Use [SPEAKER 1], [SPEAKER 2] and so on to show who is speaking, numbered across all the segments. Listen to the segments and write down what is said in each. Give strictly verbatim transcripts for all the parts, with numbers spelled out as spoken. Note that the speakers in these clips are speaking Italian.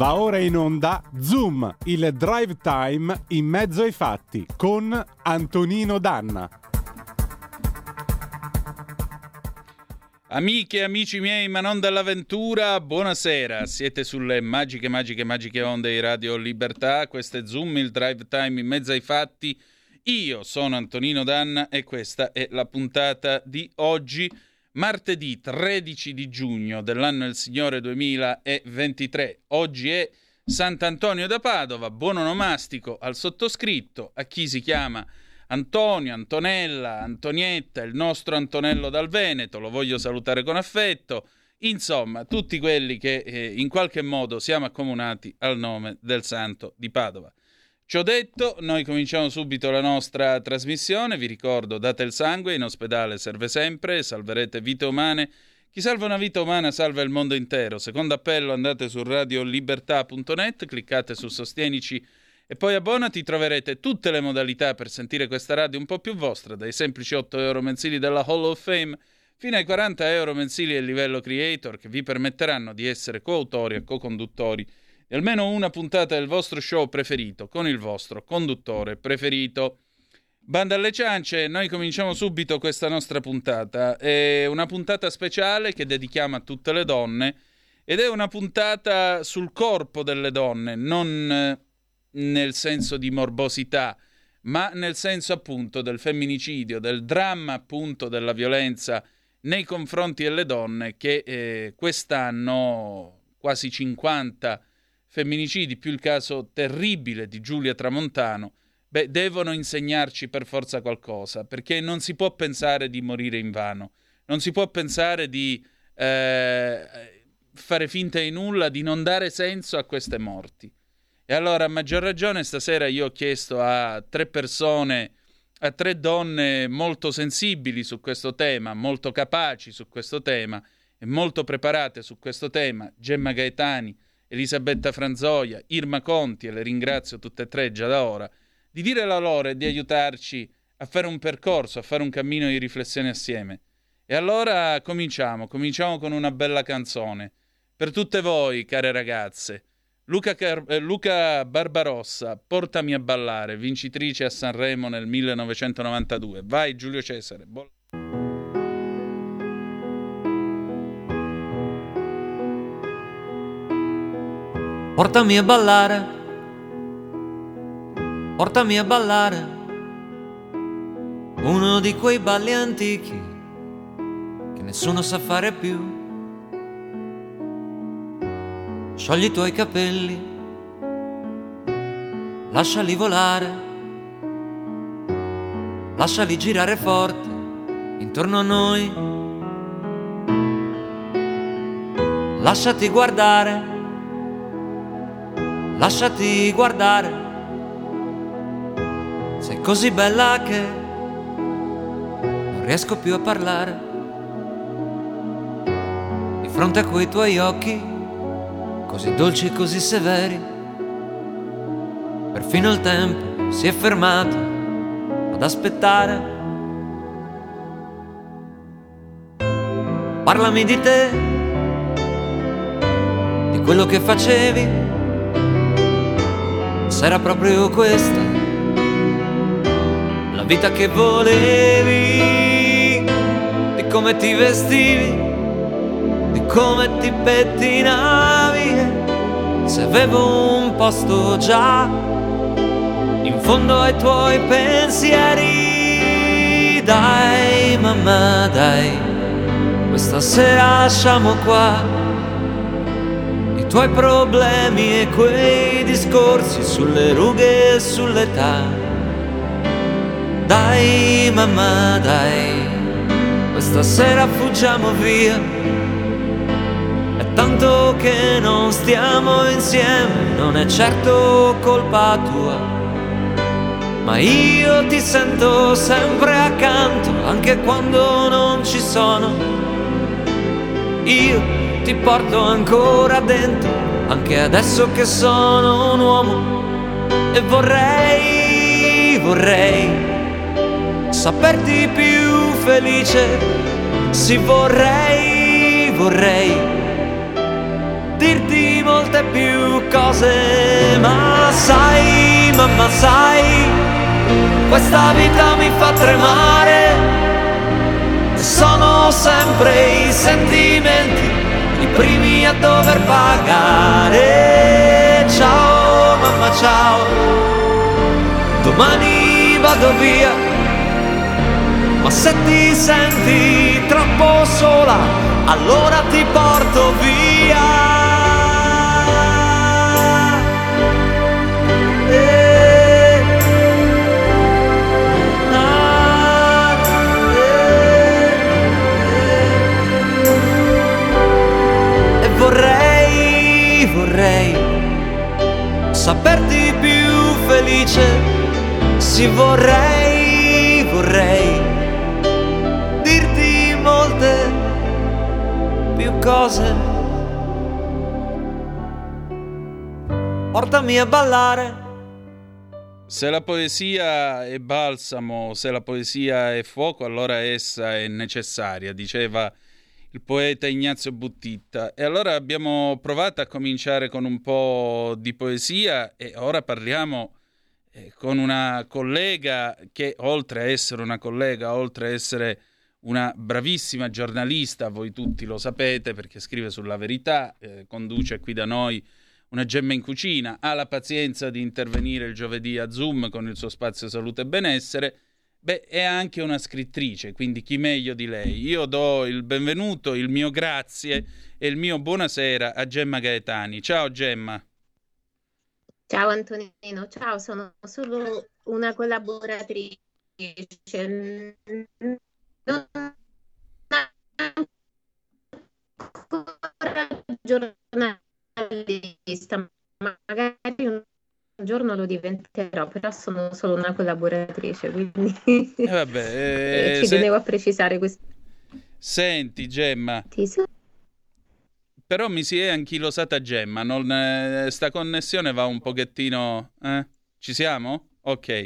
[SPEAKER 1] Va ora in onda Zoom, il drive time in mezzo ai fatti con Antonino Danna.
[SPEAKER 2] Amiche e amici miei, ma non dell'avventura, buonasera. Siete sulle magiche, magiche, magiche onde di Radio Libertà. Questo è Zoom, il drive time in mezzo ai fatti. Io sono Antonino Danna e questa è la puntata di oggi, martedì tredici di giugno dell'anno del Signore duemilaventitré. Oggi è Sant'Antonio da Padova. Buon onomastico al sottoscritto, a chi si chiama Antonio, Antonella, Antonietta, il nostro Antonello dal Veneto, lo voglio salutare con affetto. Insomma, tutti quelli che eh, in qualche modo siamo accomunati al nome del Santo di Padova. Ciò detto, noi cominciamo subito la nostra trasmissione. Vi ricordo, date il sangue, in ospedale serve sempre, salverete vite umane. Chi salva una vita umana salva il mondo intero. Secondo appello, andate su radio libertà punto net, cliccate su Sostienici e poi abbonati. Troverete tutte le modalità per sentire questa radio un po' più vostra, dai semplici otto euro mensili della Hall of Fame fino ai quaranta euro mensili del livello creator, che vi permetteranno di essere coautori e co-conduttori di almeno una puntata del vostro show preferito con il vostro conduttore preferito. Banda alle ciance, noi cominciamo subito questa nostra puntata. È una puntata speciale che dedichiamo a tutte le donne ed è una puntata sul corpo delle donne, non nel senso di morbosità, ma nel senso appunto del femminicidio, del dramma appunto della violenza nei confronti delle donne, che eh, quest'anno quasi cinquanta femminicidi, più il caso terribile di Giulia Tramontano, beh, devono insegnarci per forza qualcosa, perché non si può pensare di morire invano, non si può pensare di eh, fare finta di nulla, di non dare senso a queste morti. E allora, a maggior ragione, stasera io ho chiesto a tre persone, a tre donne molto sensibili su questo tema, molto capaci su questo tema e molto preparate su questo tema, Gemma Gaetani, Elisabetta Franzoia, Irma Conti, e le ringrazio tutte e tre già da ora, di dire la loro e di aiutarci a fare un percorso, a fare un cammino di riflessione assieme. E allora cominciamo, cominciamo con una bella canzone. Per tutte voi, care ragazze, Luca, Car- eh, Luca Barbarossa, Portami a ballare, vincitrice a Sanremo nel millenovecentonovantadue. Vai Giulio Cesare. Bo-
[SPEAKER 3] Portami a ballare, portami a ballare, uno di quei balli antichi che nessuno sa fare più. Sciogli i tuoi capelli, lasciali volare, lasciali girare forte intorno a noi. Lasciati guardare, lasciati guardare, sei così bella che non riesco più a parlare. Di fronte a quei tuoi occhi, così dolci e così severi, perfino il tempo si è fermato ad aspettare. Parlami di te, di quello che facevi, se era proprio questa la vita che volevi, di come ti vestivi, di come ti pettinavi, se avevo un posto già in fondo ai tuoi pensieri. Dai mamma, dai, questa sera lasciamo qua i tuoi problemi e quei discorsi sulle rughe e sull'età. Dai mamma, dai, questa sera fuggiamo via. Tanto che non stiamo insieme, non è certo colpa tua, ma io ti sento sempre accanto, anche quando non ci sono. Io ti porto ancora dentro, anche adesso che sono un uomo. E vorrei, vorrei saperti più felice. Sì, vorrei, vorrei dirti molte più cose, ma sai, mamma sai, questa vita mi fa tremare, sono sempre i sentimenti i primi a dover pagare. Ciao mamma ciao, domani vado via, ma se ti senti troppo sola, allora ti porto via. Eh, ah, eh, eh. E vorrei, vorrei saperti più felice, sì vorrei, vorrei dirti molte più cose. Portami a ballare.
[SPEAKER 2] Se la poesia è balsamo, se la poesia è fuoco, allora essa è necessaria, diceva il poeta Ignazio Buttitta. E allora abbiamo provato a cominciare con un po' di poesia e ora parliamo eh, con una collega che, oltre a essere una collega, oltre a essere una bravissima giornalista, voi tutti lo sapete perché scrive sulla Verità, eh, conduce qui da noi Una Gemma in Cucina, ha la pazienza di intervenire il giovedì a Zoom con il suo spazio salute e benessere, beh, è anche una scrittrice, quindi chi meglio di lei? Io do il benvenuto, il mio grazie e il mio buonasera a Gemma Gaetani. Ciao Gemma.
[SPEAKER 4] Ciao Antonino, ciao, sono solo una collaboratrice, non ancora giornalista, magari un giorno lo diventerò, però sono solo una collaboratrice, quindi
[SPEAKER 2] Eh vabbè, eh,
[SPEAKER 4] ci
[SPEAKER 2] se-
[SPEAKER 4] tenevo a precisare questo.
[SPEAKER 2] Senti Gemma,
[SPEAKER 4] Sì, sì.
[SPEAKER 2] però mi si è anchilosata Gemma, non, eh, sta connessione va un pochettino... Eh? Ci siamo? Ok.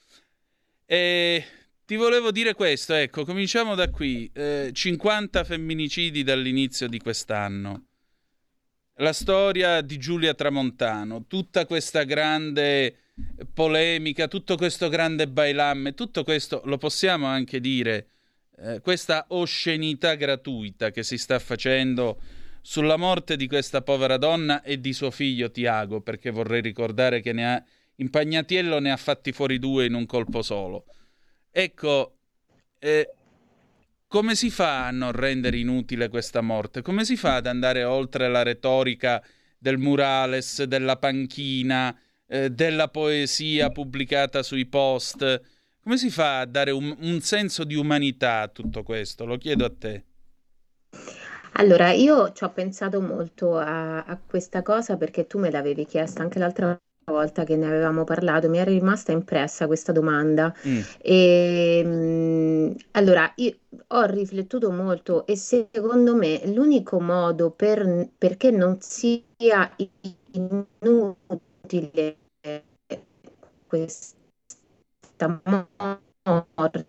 [SPEAKER 2] E ti volevo dire questo, ecco, cominciamo da qui. Eh, cinquanta femminicidi dall'inizio di quest'anno. La storia di Giulia Tramontano, tutta questa grande polemica, tutto questo grande bailamme, tutto questo lo possiamo anche dire, eh, questa oscenità gratuita che si sta facendo sulla morte di questa povera donna e di suo figlio Tiago, perché vorrei ricordare che ne ha Impagnatiello ne ha fatti fuori due in un colpo solo. Ecco, eh, come si fa a non rendere inutile questa morte? Come si fa ad andare oltre la retorica del murales, della panchina, eh, della poesia pubblicata sui post? Come si fa a dare un, un senso di umanità a tutto questo? Lo chiedo a te.
[SPEAKER 4] Allora, io ci ho pensato molto a, a questa cosa perché tu me l'avevi chiesta anche l'altra volta che ne avevamo parlato, mi era rimasta impressa questa domanda.
[SPEAKER 2] Mm.
[SPEAKER 4] E, mh, allora, io ho riflettuto molto e secondo me l'unico modo per, perché non sia inutile questa morte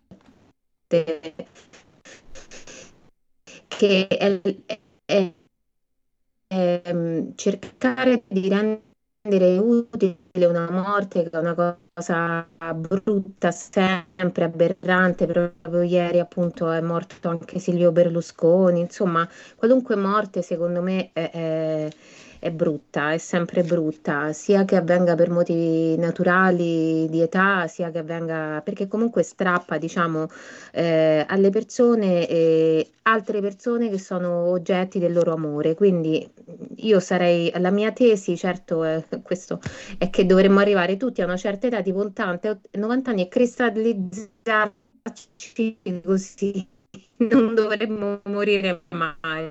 [SPEAKER 4] che è, è- è, mm, cercare di rendere utile una morte che è una cosa brutta, sempre aberrante. Proprio ieri appunto è morto anche Silvio Berlusconi, insomma, qualunque morte secondo me è, è- è brutta, è sempre brutta, sia che avvenga per motivi naturali di età, sia che avvenga perché comunque strappa, diciamo, eh, alle persone e altre persone che sono oggetti del loro amore. Quindi io sarei, la mia tesi, certo, è, questo è che dovremmo arrivare tutti a una certa età, tipo ottanta, novanta anni, e cristallizzarci così, non dovremmo morire mai.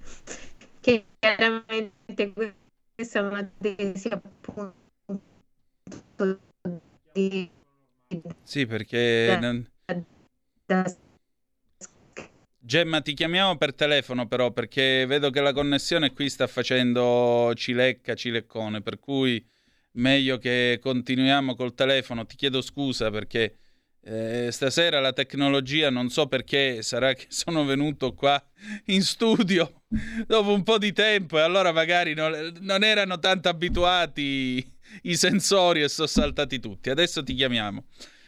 [SPEAKER 4] Chiaramente questa è una tesi appunto di
[SPEAKER 2] Sì, perché... non-
[SPEAKER 4] da
[SPEAKER 2] Gemma, ti chiamiamo per telefono però, perché vedo che la connessione qui sta facendo cilecca, cileccone, per cui meglio che continuiamo col telefono. Ti chiedo scusa perché Eh, stasera la tecnologia, non so perché, sarà che sono venuto qua in studio dopo un po' di tempo e allora magari non, non erano tanto abituati i sensori e sono saltati tutti. Adesso ti chiamiamo.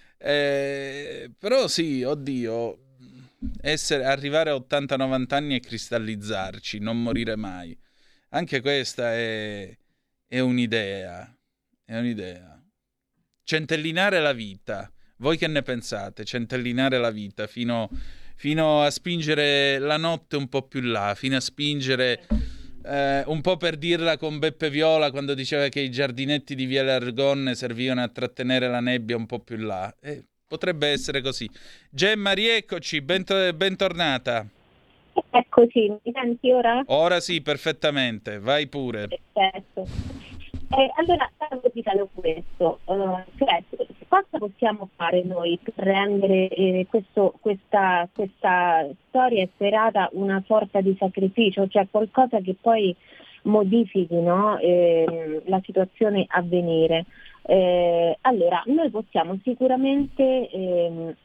[SPEAKER 2] Eh, però sì, oddio, essere, arrivare a ottanta novanta anni e cristallizzarci, non morire mai. Anche questa è, è un'idea, è un'idea. Centellinare la vita. Voi che ne pensate? Centellinare la vita fino, fino a spingere la notte un po' più là, fino a spingere eh, un po' per dirla con Beppe Viola quando diceva che i giardinetti di Viale Argonne servivano a trattenere la nebbia un po' più là. Eh, potrebbe essere così. Gemma, rieccoci, bento- bentornata.
[SPEAKER 5] Eccoci, mi senti ora?
[SPEAKER 2] Ora sì, perfettamente, vai pure.
[SPEAKER 5] Perfetto. Eh, allora, stavo dicendo questo, uh, cioè, cosa possiamo fare noi per rendere eh, questo, questa, questa storia e serata una sorta di sacrificio, cioè qualcosa che poi modifichi, no? eh, la situazione a venire. Eh, allora, noi possiamo sicuramente ehm,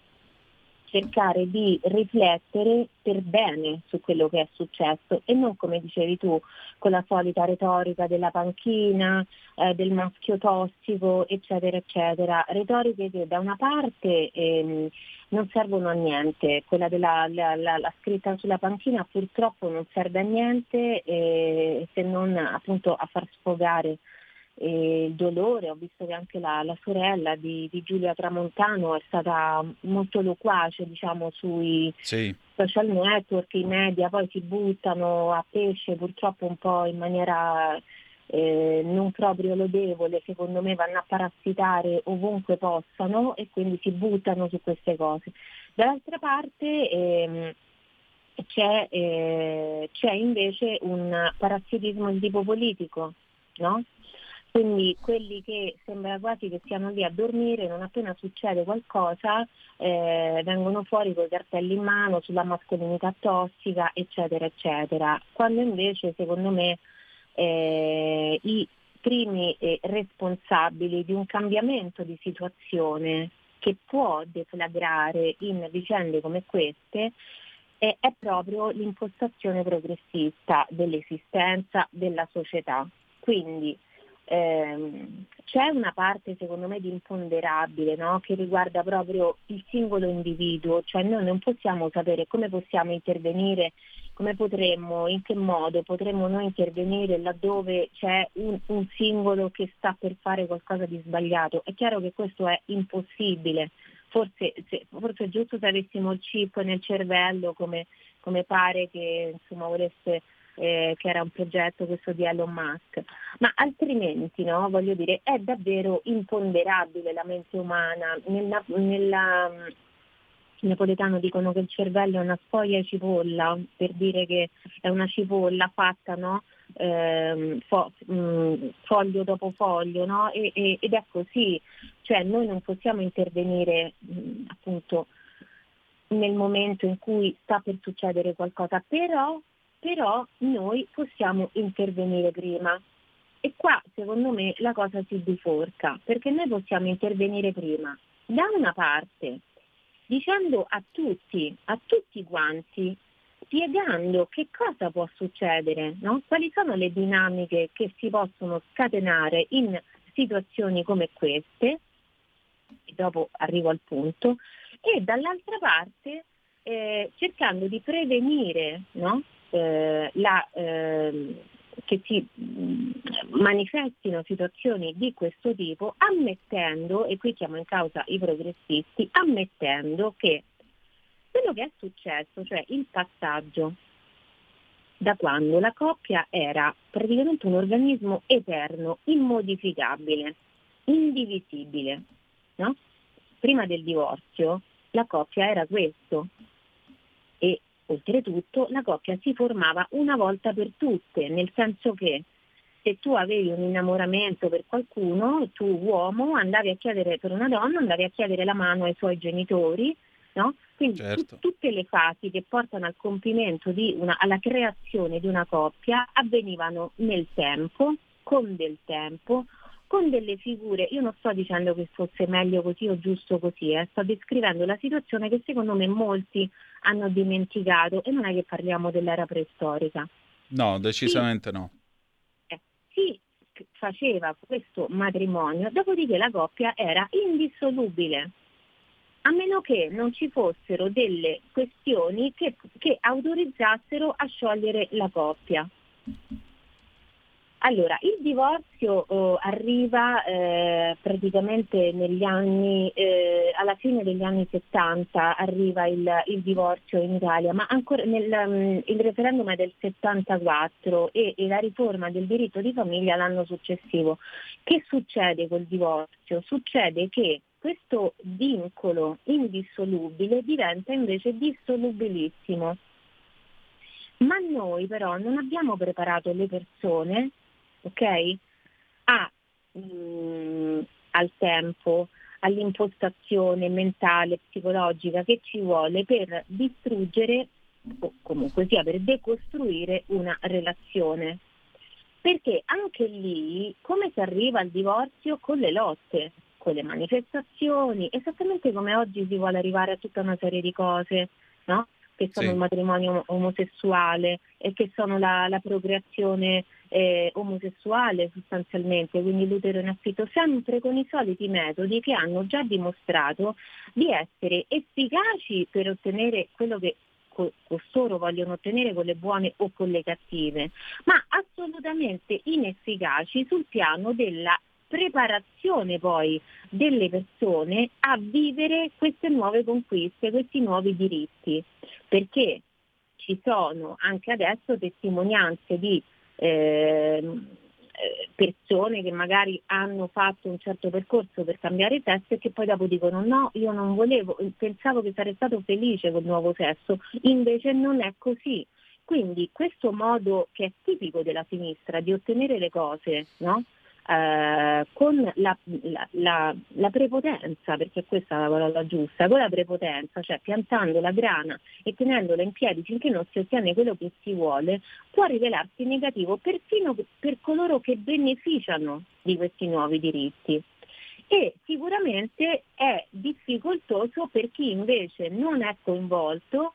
[SPEAKER 5] cercare di riflettere per bene su quello che è successo e non, come dicevi tu, con la solita retorica della panchina, eh, del maschio tossico, eccetera, eccetera. Retoriche che da una parte ehm, non servono a niente, quella della la, la, la scritta sulla panchina purtroppo non serve a niente eh, se non appunto a far sfogare e il dolore. Ho visto che anche la, la sorella di, di Giulia Tramontano è stata molto loquace, diciamo, sui
[SPEAKER 2] sì.
[SPEAKER 5] social network, i media poi si buttano a pesce purtroppo un po' in maniera eh, non proprio lodevole, secondo me vanno a parassitare ovunque possano e quindi si buttano su queste cose. Dall'altra parte ehm, c'è, eh, c'è invece un parassitismo di tipo politico, no? Quindi quelli che sembra quasi che siano lì a dormire, non appena succede qualcosa eh, vengono fuori con i cartelli in mano sulla mascolinità tossica, eccetera, eccetera. Quando invece, secondo me, eh, i primi eh, responsabili di un cambiamento di situazione che può deflagrare in vicende come queste eh, è proprio l'impostazione progressista dell'esistenza della società. Quindi Ehm, c'è una parte secondo me di imponderabile, no? Che riguarda proprio il singolo individuo, cioè noi non possiamo sapere come possiamo intervenire, come potremmo, in che modo potremmo noi intervenire laddove c'è un, un singolo che sta per fare qualcosa di sbagliato. È chiaro che questo è impossibile, forse, se, forse è giusto se avessimo il chip nel cervello come, come pare che insomma volesse Eh, che era un progetto questo di Elon Musk, ma altrimenti no, voglio dire, è davvero imponderabile la mente umana. Nella, nella in napoletano dicono che il cervello è una sfoglia di cipolla, per dire che è una cipolla fatta, no? Eh, fo, mh, foglio dopo foglio, no? E, e, ed è così, cioè noi non possiamo intervenire mh, appunto nel momento in cui sta per succedere qualcosa, però però noi possiamo intervenire prima. E qua secondo me la cosa si biforca, perché noi possiamo intervenire prima, da una parte, dicendo a tutti, a tutti quanti, spiegando che cosa può succedere, no? Quali sono le dinamiche che si possono scatenare in situazioni come queste, e dopo arrivo al punto, e dall'altra parte eh, cercando di prevenire, no? Eh, la, eh, che si mh, manifestino situazioni di questo tipo, ammettendo, e qui chiamo in causa i progressisti, ammettendo che quello che è successo, cioè il passaggio da quando la coppia era praticamente un organismo eterno, immodificabile, indivisibile, no? Prima del divorzio la coppia era questo, e oltretutto la coppia si formava una volta per tutte, nel senso che se tu avevi un innamoramento per qualcuno, tu uomo andavi a chiedere, per una donna andavi a chiedere la mano ai suoi genitori, no? Quindi
[SPEAKER 2] certo.
[SPEAKER 5] tu, tutte le fasi che portano al compimento di una, alla creazione di una coppia avvenivano nel tempo, con del tempo, con delle figure, io non sto dicendo che fosse meglio così o giusto così, eh, sto descrivendo la situazione che secondo me molti hanno dimenticato, e non è che parliamo dell'era preistorica.
[SPEAKER 2] No, decisamente
[SPEAKER 5] Sì,
[SPEAKER 2] no.
[SPEAKER 5] eh, si faceva questo matrimonio, dopodiché la coppia era indissolubile, a meno che non ci fossero delle questioni che, che autorizzassero a sciogliere la coppia. Allora, il divorzio eh, arriva eh, praticamente negli anni, eh, alla fine degli anni settanta arriva il, il divorzio in Italia, ma ancora nel, um, il referendum è del settantaquattro e, e la riforma del diritto di famiglia l'anno successivo. Che succede col divorzio? Succede che questo vincolo indissolubile diventa invece dissolubilissimo. Ma noi però non abbiamo preparato le persone, ok, a, mh, al tempo, all'impostazione mentale, psicologica che ci vuole per distruggere o comunque sia per decostruire una relazione. Perché anche lì, come si arriva al divorzio? Con le lotte, con le manifestazioni, esattamente come oggi si vuole arrivare a tutta una serie di cose, no? Che sono
[SPEAKER 2] Sì.
[SPEAKER 5] il matrimonio omosessuale e che sono la, la procreazione eh, omosessuale sostanzialmente, quindi l'utero in affitto, sempre con i soliti metodi che hanno già dimostrato di essere efficaci per ottenere quello che co- costoro vogliono ottenere con le buone o con le cattive, ma assolutamente inefficaci sul piano della preparazione poi delle persone a vivere queste nuove conquiste, questi nuovi diritti, perché ci sono anche adesso testimonianze di eh, persone che magari hanno fatto un certo percorso per cambiare sesso e che poi dopo dicono no, io non volevo, pensavo che sarei stato felice col nuovo sesso, invece non è così. Quindi questo modo che è tipico della sinistra di ottenere le cose, no? Eh, con la, la, la, la prepotenza, perché questa è la parola giusta, con la prepotenza, cioè piantando la grana e tenendola in piedi finché non si ottiene quello che si vuole, può rivelarsi negativo perfino per coloro che beneficiano di questi nuovi diritti. E sicuramente è difficoltoso per chi invece non è coinvolto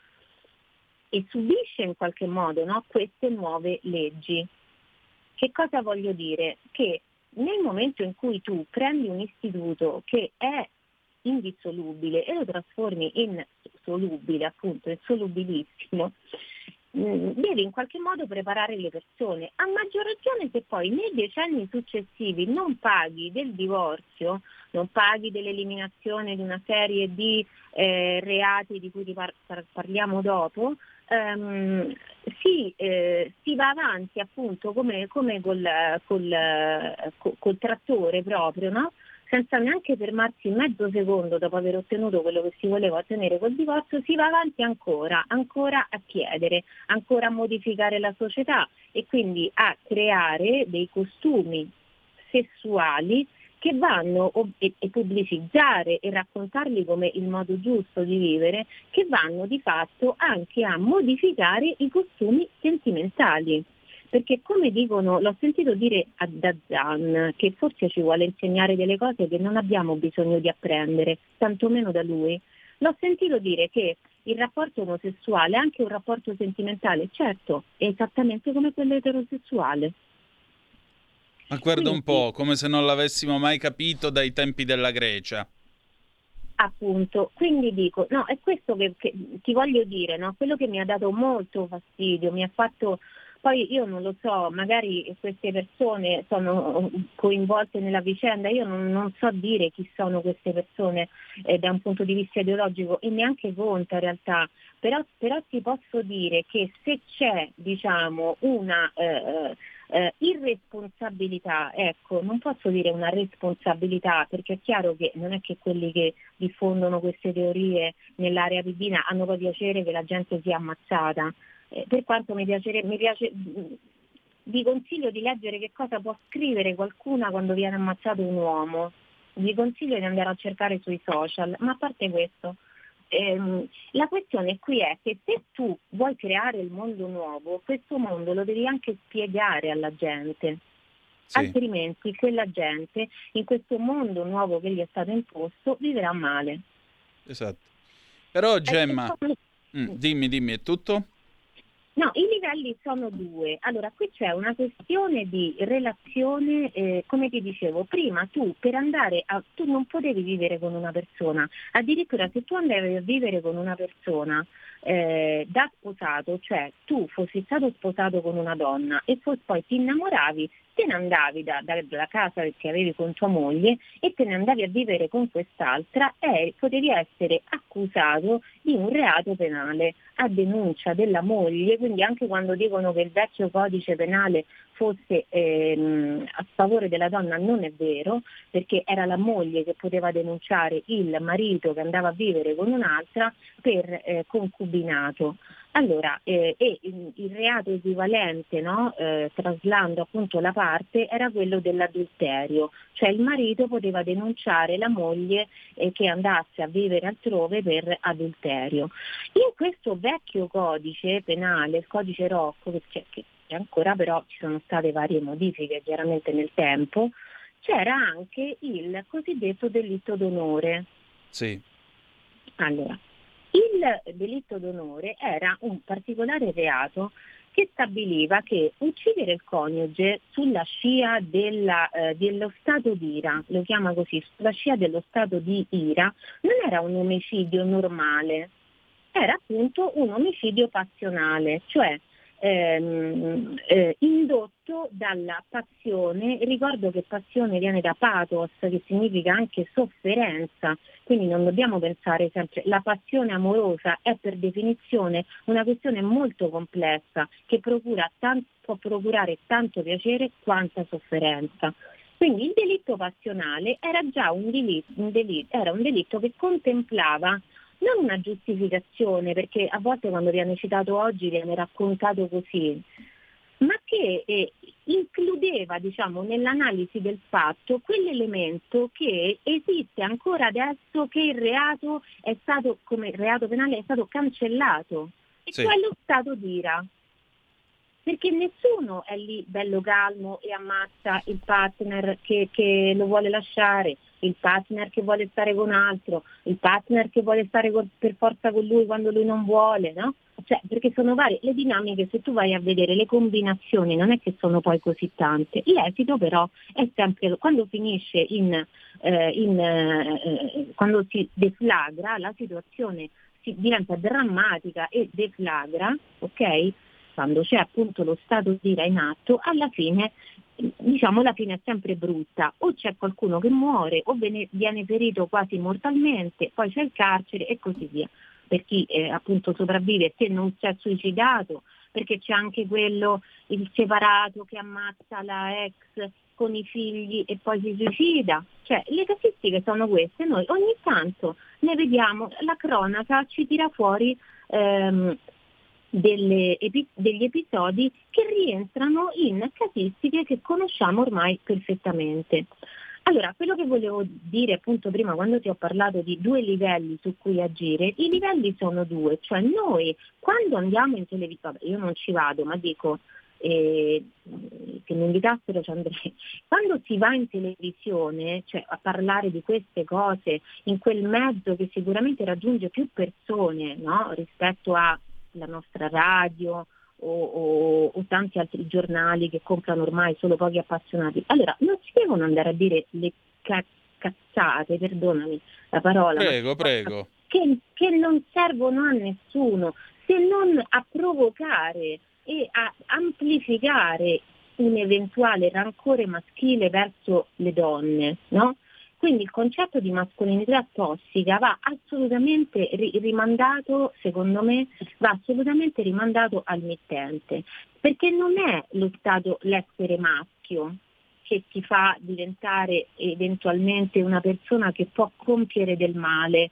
[SPEAKER 5] e subisce in qualche modo, no, queste nuove leggi. Che cosa voglio dire? Che nel momento in cui tu prendi un istituto che è indissolubile e lo trasformi in solubile, appunto, in solubilissimo, mh, devi in qualche modo preparare le persone. A maggior ragione se poi nei decenni successivi non paghi del divorzio, non paghi dell'eliminazione di una serie di eh, reati di cui par- par- parliamo dopo, Um, si, eh, si va avanti appunto come, come col, col, col, col trattore proprio, no? Senza neanche fermarsi mezzo secondo dopo aver ottenuto quello che si voleva ottenere col divorzio, si va avanti ancora, ancora a chiedere, ancora a modificare la società e quindi a creare dei costumi sessuali che vanno e, e pubblicizzare e raccontarli come il modo giusto di vivere, che vanno di fatto anche a modificare i costumi sentimentali. Perché come dicono, l'ho sentito dire a Dazan, che forse ci vuole insegnare delle cose che non abbiamo bisogno di apprendere, tantomeno da lui. L'ho sentito dire che il rapporto omosessuale è anche un rapporto sentimentale, certo, è esattamente come quello eterosessuale.
[SPEAKER 2] Ma guarda
[SPEAKER 5] Quindi,
[SPEAKER 2] un po', come se non l'avessimo mai capito dai tempi della Grecia.
[SPEAKER 5] appunto, quindi dico, no, è questo che, che ti voglio dire, no? Quello che mi ha dato molto fastidio, mi ha fatto, poi io non lo so, magari queste persone sono coinvolte nella vicenda, io non, non so dire chi sono queste persone eh, da un punto di vista ideologico e neanche conta in realtà, però, però ti posso dire che se c'è, diciamo, una eh, eh, irresponsabilità, ecco, non posso dire una responsabilità, perché è chiaro che non è che quelli che diffondono queste teorie nell'area pidina hanno poi piacere che la gente sia ammazzata. Eh, per quanto mi piace, mi piace, vi consiglio di leggere che cosa può scrivere qualcuna quando viene ammazzato un uomo. Vi consiglio di andare a cercare sui social, ma a parte questo, ehm, la questione qui è che se tu vuoi creare il mondo nuovo, questo mondo lo devi anche spiegare alla gente.
[SPEAKER 2] Sì.
[SPEAKER 5] Altrimenti quella gente in questo mondo nuovo che gli è stato imposto vivrà male.
[SPEAKER 2] Esatto. Però
[SPEAKER 5] Eh,
[SPEAKER 2] Gemma,
[SPEAKER 5] e poi-
[SPEAKER 2] mm, dimmi, dimmi, è tutto?
[SPEAKER 5] No, i livelli sono due. Allora, qui c'è una questione di relazione, eh, come ti dicevo, prima tu per andare a... tu non potevi vivere con una persona, addirittura se tu andavi a vivere con una persona eh, da sposato, cioè tu fossi stato sposato con una donna e poi, poi ti innamoravi, te ne andavi da, da- dalla casa che avevi con tua moglie e te ne andavi a vivere con quest'altra e potevi essere accusato di un reato penale a denuncia della moglie, quindi anche quando dicono che il vecchio codice penale fosse ehm, a favore della donna non è vero, perché era la moglie che poteva denunciare il marito che andava a vivere con un'altra per eh, concubinato. Allora, eh, e il, il reato equivalente, no, eh, traslando appunto la parte, era quello dell'adulterio, cioè il marito poteva denunciare la moglie eh, che andasse a vivere altrove per adulterio. In questo vecchio codice penale, il codice Rocco, che c'è, che c'è ancora, però ci sono state varie modifiche chiaramente nel tempo, c'era anche il cosiddetto delitto d'onore.
[SPEAKER 2] Sì.
[SPEAKER 5] Allora, il delitto d'onore era un particolare reato che stabiliva che uccidere il coniuge sulla scia della, eh, dello stato d'ira, lo chiama così, sulla scia dello stato di ira, non era un omicidio normale, era appunto un omicidio passionale, cioè ehm, eh, indotto dalla passione. Ricordo che passione viene da pathos, che significa anche sofferenza, quindi non dobbiamo pensare sempre, la passione amorosa è per definizione una questione molto complessa che procura tan- può procurare tanto piacere quanta sofferenza. Quindi il delitto passionale era già un delitto, un delitto, era un delitto che contemplava non una giustificazione, perché a volte quando viene citato oggi viene raccontato così, ma che eh, includeva, diciamo, nell'analisi del fatto quell'elemento che esiste ancora adesso, che il reato è stato, come reato penale, è stato cancellato, e
[SPEAKER 2] Sì.
[SPEAKER 5] cioè lo stato d'ira. Perché nessuno è lì bello calmo e ammazza il partner che, che lo vuole lasciare, il partner che vuole stare con altro, il partner che vuole stare con, per forza con lui quando lui non vuole, no? Cioè, perché sono varie le dinamiche, se tu vai a vedere le combinazioni non è che sono poi così tante. L'esito però è sempre, quando finisce in, eh, in eh, quando si deflagra, la situazione si diventa drammatica e deflagra, ok? Quando c'è appunto lo stato d'ira in atto, alla fine, diciamo, la fine è sempre brutta, o c'è qualcuno che muore o viene, viene ferito quasi mortalmente, poi c'è il carcere e così via. Per chi eh, appunto sopravvive, se non si è suicidato, perché c'è anche quello, il separato che ammazza la ex con i figli e poi si suicida. Cioè, le casistiche sono queste, noi ogni tanto ne vediamo, la cronaca ci tira fuori ehm, Delle, epi- degli episodi che rientrano in casistiche che conosciamo ormai perfettamente. Allora, quello che volevo dire appunto prima quando ti ho parlato di due livelli su cui agire, i livelli sono due, cioè noi quando andiamo in televisione, io non ci vado, ma dico eh, che mi invitassero ci andrei, quando si va in televisione, cioè a parlare di queste cose in quel mezzo che sicuramente raggiunge più persone, no? Rispetto a la nostra radio o, o, o tanti altri giornali che comprano ormai solo pochi appassionati. Allora, non si devono andare a dire le ca- cazzate, perdonami la parola,
[SPEAKER 2] Prego,
[SPEAKER 5] ma
[SPEAKER 2] prego.
[SPEAKER 5] che, che non servono a nessuno, se non a provocare e a amplificare un eventuale rancore maschile verso le donne, no? Quindi il concetto di mascolinità tossica va assolutamente ri- rimandato, secondo me, va assolutamente rimandato al mittente, perché non è lo stato, l'essere maschio che ti fa diventare eventualmente una persona che può compiere del male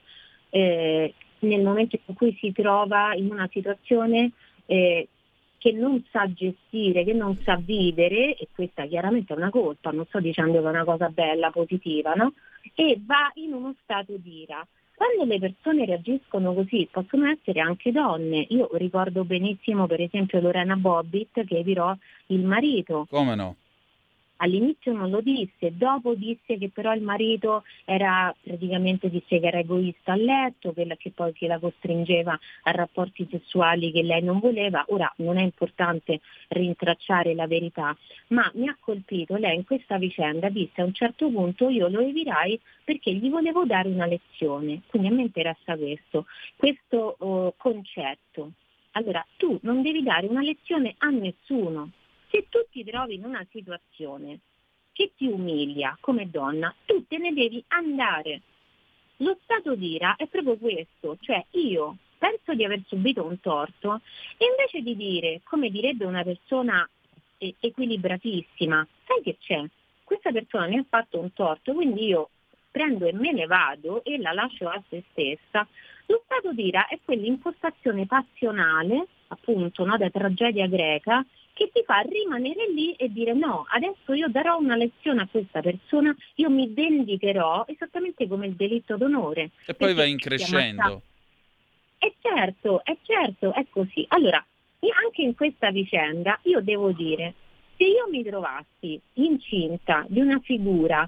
[SPEAKER 5] eh, nel momento in cui si trova in una situazione eh, che non sa gestire, che non sa vivere, e questa chiaramente è una colpa, non sto dicendo che è una cosa bella, positiva, no? E va in uno stato d'ira. Quando le persone reagiscono così, possono essere anche donne. Io ricordo benissimo per esempio Lorena Bobbitt che virò il marito.
[SPEAKER 2] Come no?
[SPEAKER 5] all'inizio non lo disse, dopo disse che però il marito era, praticamente disse che era egoista a letto, che, la, che poi che la costringeva a rapporti sessuali che lei non voleva. Ora non è importante rintracciare la verità, ma mi ha colpito, lei in questa vicenda disse a un certo punto io lo evirai perché gli volevo dare una lezione, quindi a me interessa questo, questo uh, concetto. Allora, tu non devi dare una lezione a nessuno. Se tu ti trovi in una situazione che ti umilia come donna, tu te ne devi andare. Lo stato d'ira è proprio questo, cioè io penso di aver subito un torto e invece di dire, come direbbe una persona eh, equilibratissima, sai che c'è? Questa persona mi ha fatto un torto, quindi io prendo e me ne vado e la lascio a se stessa. Lo stato d'ira è quell'impostazione passionale, appunto, no, da tragedia greca, che ti fa rimanere lì e dire no, adesso io darò una lezione a questa persona, io mi vendicherò, esattamente come il delitto d'onore.
[SPEAKER 2] E poi va
[SPEAKER 5] Perché
[SPEAKER 2] in crescendo.
[SPEAKER 5] È certo, è certo, è così. Allora, anche in questa vicenda io devo dire, se io mi trovassi incinta di una figura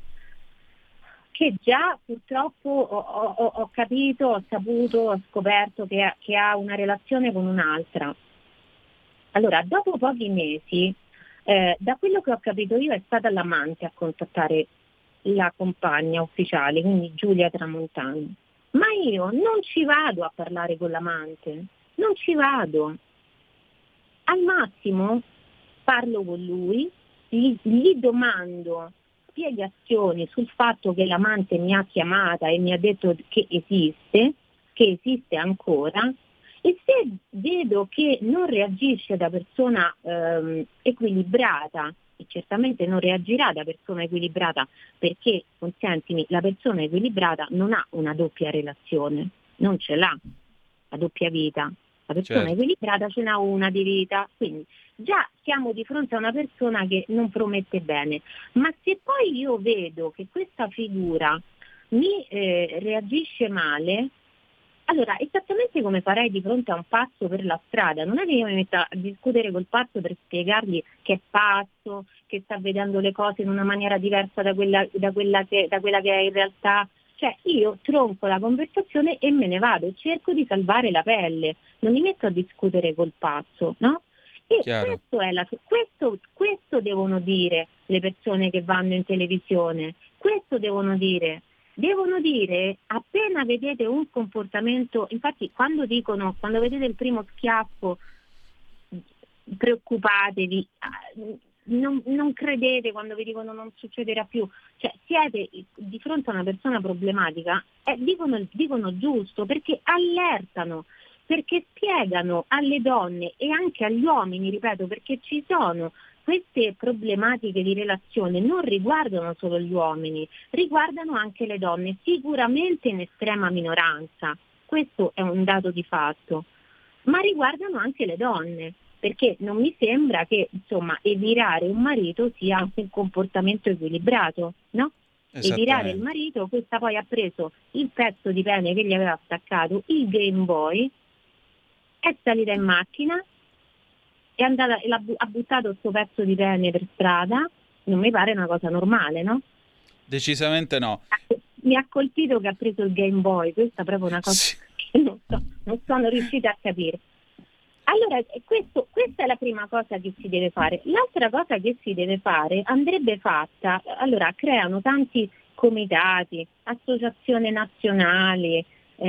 [SPEAKER 5] che già purtroppo ho, ho, ho capito, ho saputo, ho scoperto che ha, che ha una relazione con un'altra. Allora, dopo pochi mesi, eh, da quello che ho capito io, è stata l'amante a contattare la compagna ufficiale, quindi Giulia Tramontani. Ma io non ci vado a parlare con l'amante, non ci vado. Al massimo parlo con lui, gli, gli domando spiegazioni sul fatto che l'amante mi ha chiamata e mi ha detto che esiste, che esiste ancora, e se vedo che non reagisce da persona ehm, equilibrata, e certamente non reagirà da persona equilibrata, perché, consentimi, la persona equilibrata non ha una doppia relazione, non ce l'ha, la doppia vita. La persona
[SPEAKER 2] Certo.
[SPEAKER 5] equilibrata ce n'ha una di vita, quindi già siamo di fronte a una persona che non promette bene. Ma se poi io vedo che questa figura mi eh, reagisce male, allora esattamente come farei di fronte a un pazzo per la strada, non è che io mi metta a discutere col pazzo per spiegargli che è pazzo, che sta vedendo le cose in una maniera diversa da quella, da quella, che, da quella che è in realtà. Cioè io tronco la conversazione e me ne vado, cerco di salvare la pelle, non mi metto a discutere col pazzo, no? E
[SPEAKER 2] Chiaro.
[SPEAKER 5] questo, è la, questo, questo devono dire le persone che vanno in televisione, questo devono dire. Devono dire, appena vedete un comportamento, infatti quando dicono, quando vedete il primo schiaffo, preoccupatevi, non, non credete quando vi dicono non succederà più, cioè siete di fronte a una persona problematica, eh, dicono, dicono giusto, perché allertano, perché spiegano alle donne e anche agli uomini, ripeto, perché ci sono queste problematiche di relazione, non riguardano solo gli uomini, riguardano anche le donne, sicuramente in estrema minoranza, questo è un dato di fatto, ma riguardano anche le donne, perché non mi sembra che, insomma, evirare un marito sia un comportamento equilibrato, no? Evirare il marito, questa poi ha preso il pezzo di pene che gli aveva staccato, il Game Boy, è salita in macchina, è andata e l'ha, ha buttato questo pezzo di pene per strada, non mi pare una cosa normale, no?
[SPEAKER 2] Decisamente no.
[SPEAKER 5] Mi ha colpito che ha preso il Game Boy, questa è proprio una cosa
[SPEAKER 2] Sì.
[SPEAKER 5] che non, so, non sono riuscita a capire. Allora, questo, questa è la prima cosa che si deve fare. L'altra cosa che si deve fare andrebbe fatta, allora creano tanti comitati, associazioni nazionali,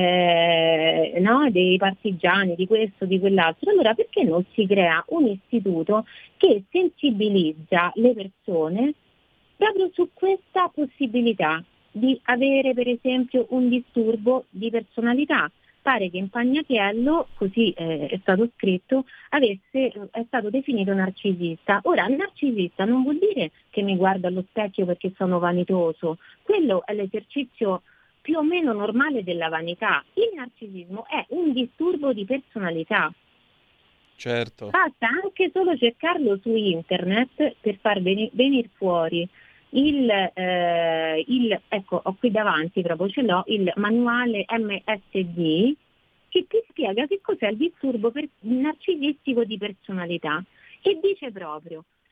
[SPEAKER 5] eh, no, dei partigiani, di questo, di quell'altro. Allora perché non si crea un istituto che sensibilizza le persone proprio su questa possibilità di avere per esempio un disturbo di personalità? Pare che in Pagnatiello, così eh, è stato scritto, avesse, è stato definito narcisista. Ora, narcisista non vuol dire che mi guardo allo specchio perché sono vanitoso, quello è l'esercizio più o meno normale della vanità. Il narcisismo è un disturbo di personalità.
[SPEAKER 2] Certo.
[SPEAKER 5] Basta anche solo cercarlo su internet per far veni- venire fuori il, eh, il, ecco, ho qui davanti proprio, ce l'ho, il manuale M S D che ti spiega che cos'è il disturbo per- narcisistico di personalità e dice proprio: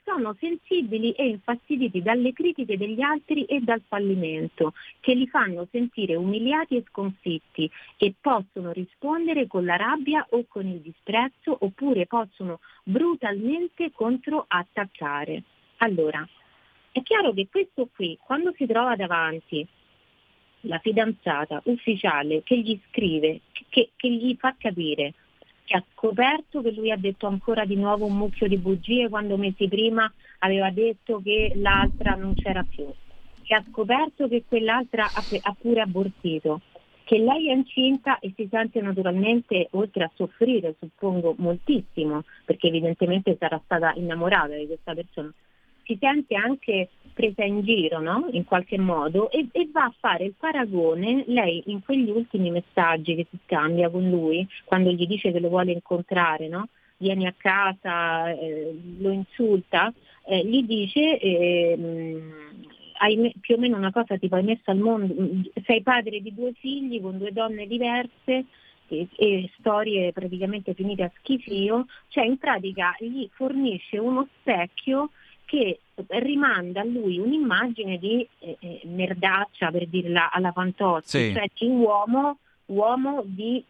[SPEAKER 5] sono sensibili e infastiditi dalle critiche degli altri e dal fallimento, che li fanno sentire umiliati e sconfitti e possono rispondere con la rabbia o con il disprezzo, oppure possono brutalmente controattaccare. Allora, è chiaro che questo qui, quando si trova davanti la fidanzata ufficiale che gli scrive, che, che gli fa capire che ha scoperto che lui ha detto ancora di nuovo un mucchio di bugie quando mesi prima aveva detto che l'altra non c'era più, che ha scoperto che quell'altra ha, ha pure abortito, che lei è incinta e si sente naturalmente, oltre a soffrire, suppongo moltissimo, perché evidentemente sarà stata innamorata di questa persona, si sente anche presa in giro, no? In qualche modo, e, e va a fare il paragone, lei in quegli ultimi messaggi che si scambia con lui, quando gli dice che lo vuole incontrare, no? Vieni a casa, eh, lo insulta, eh, gli dice eh, hai me- più o meno una cosa tipo hai messo al mondo, sei padre di due figli con due donne diverse, e, e storie praticamente finite a schifio, cioè in pratica gli fornisce uno specchio che rimanda a lui un'immagine di eh, eh, merdaccia, per dirla alla Fantozzi,
[SPEAKER 2] sì.
[SPEAKER 5] cioè di uomo, uomo di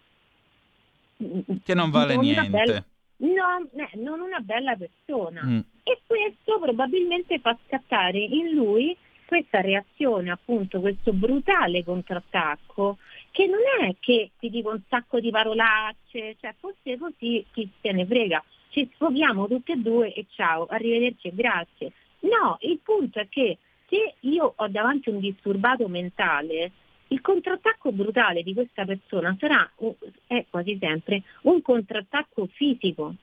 [SPEAKER 2] che non vale
[SPEAKER 5] non
[SPEAKER 2] niente,
[SPEAKER 5] bella, no, eh, non una bella persona. Mm. E questo probabilmente fa scattare in lui questa reazione, appunto, questo brutale contrattacco, che non è che ti dico un sacco di parolacce, cioè fosse così chi se ne frega, ci sfoghiamo tutte e due e ciao, arrivederci e grazie. No, il punto è che se io ho davanti un disturbato mentale, il contrattacco brutale di questa persona sarà, è quasi sempre, un contrattacco fisico.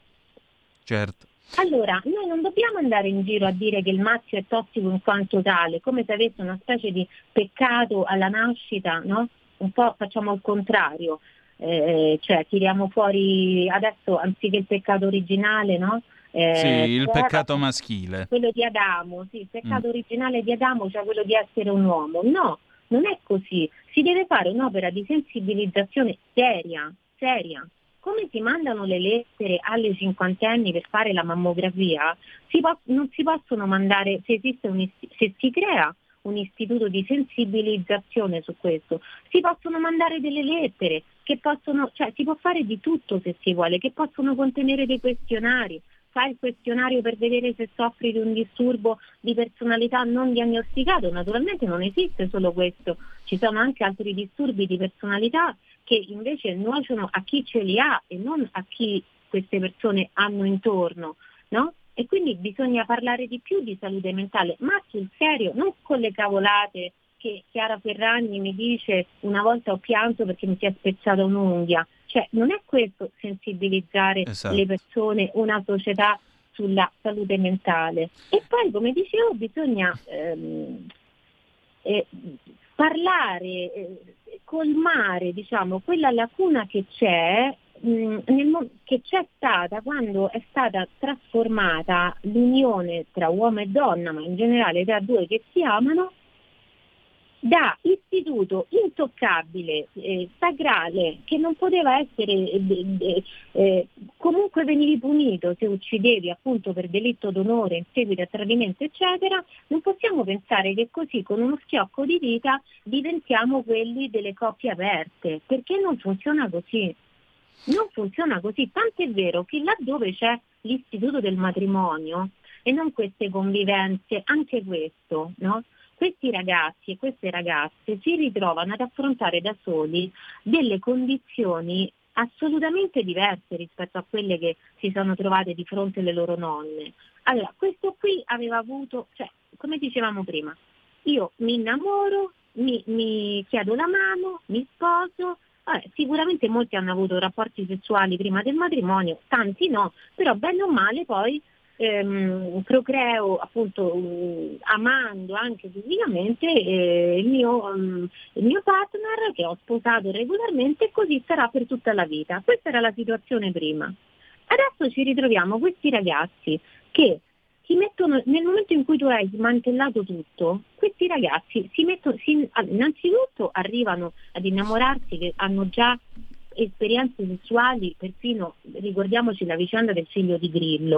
[SPEAKER 2] Certo.
[SPEAKER 5] Allora, noi non dobbiamo andare in giro a dire che il maschio è tossico in quanto tale, come se avesse una specie di peccato alla nascita, no? Un po' facciamo il contrario. Eh, cioè tiriamo fuori adesso anziché il peccato originale, no? Eh,
[SPEAKER 2] sì, il
[SPEAKER 5] però,
[SPEAKER 2] peccato maschile.
[SPEAKER 5] Quello di Adamo, sì, il peccato
[SPEAKER 2] mm.
[SPEAKER 5] originale di Adamo, cioè quello di essere un uomo. No, non è così. Si deve fare un'opera di sensibilizzazione seria, seria. Come si mandano le lettere alle cinquantenni per fare la mammografia, si po- non si possono mandare, se esiste un ist- se si crea un istituto di sensibilizzazione su questo, si possono mandare delle lettere che possono, cioè si può fare di tutto se si vuole, che possono contenere dei questionari. Fai il questionario per vedere se soffri di un disturbo di personalità non diagnosticato. Naturalmente non esiste solo questo, ci sono anche altri disturbi di personalità che invece nuociono a chi ce li ha e non a chi queste persone hanno intorno, no? E quindi bisogna parlare di più di salute mentale, ma sul serio, non con le cavolate che Chiara Ferragni mi dice una volta ho pianto perché mi si è spezzata un'unghia. Cioè non è questo sensibilizzare
[SPEAKER 2] esatto.
[SPEAKER 5] le persone, una società sulla salute mentale. E poi, come dicevo, bisogna ehm, eh, parlare, eh, colmare, diciamo, quella lacuna che c'è, mh, nel, che c'è stata quando è stata trasformata l'unione tra uomo e donna, ma in generale tra due che si amano, da istituto intoccabile, eh, sacrale, che non poteva essere, eh, eh, comunque venivi punito se uccidevi appunto per delitto d'onore in seguito a tradimento eccetera. Non possiamo pensare che così con uno schiocco di dita diventiamo quelli delle coppie aperte, perché non funziona così. Non funziona così, tant'è vero che laddove c'è l'istituto del matrimonio e non queste convivenze, anche questo, no? Questi ragazzi e queste ragazze si ritrovano ad affrontare da soli delle condizioni assolutamente diverse rispetto a quelle che si sono trovate di fronte alle loro nonne. Allora, questo qui aveva avuto, cioè, come dicevamo prima, io mi innamoro, mi, mi chiedo la mano, mi sposo, vabbè, sicuramente molti hanno avuto rapporti sessuali prima del matrimonio, tanti no, però bene o male poi Ehm, procreo appunto um, amando anche fisicamente eh, il, mio, um, il mio partner che ho sposato regolarmente e così sarà per tutta la vita. Questa era la situazione prima. Adesso ci ritroviamo questi ragazzi che si mettono, nel momento in cui tu hai smantellato tutto, questi ragazzi si mettono, si, innanzitutto arrivano ad innamorarsi, che hanno già esperienze sessuali, perfino ricordiamoci la vicenda del figlio di Grillo.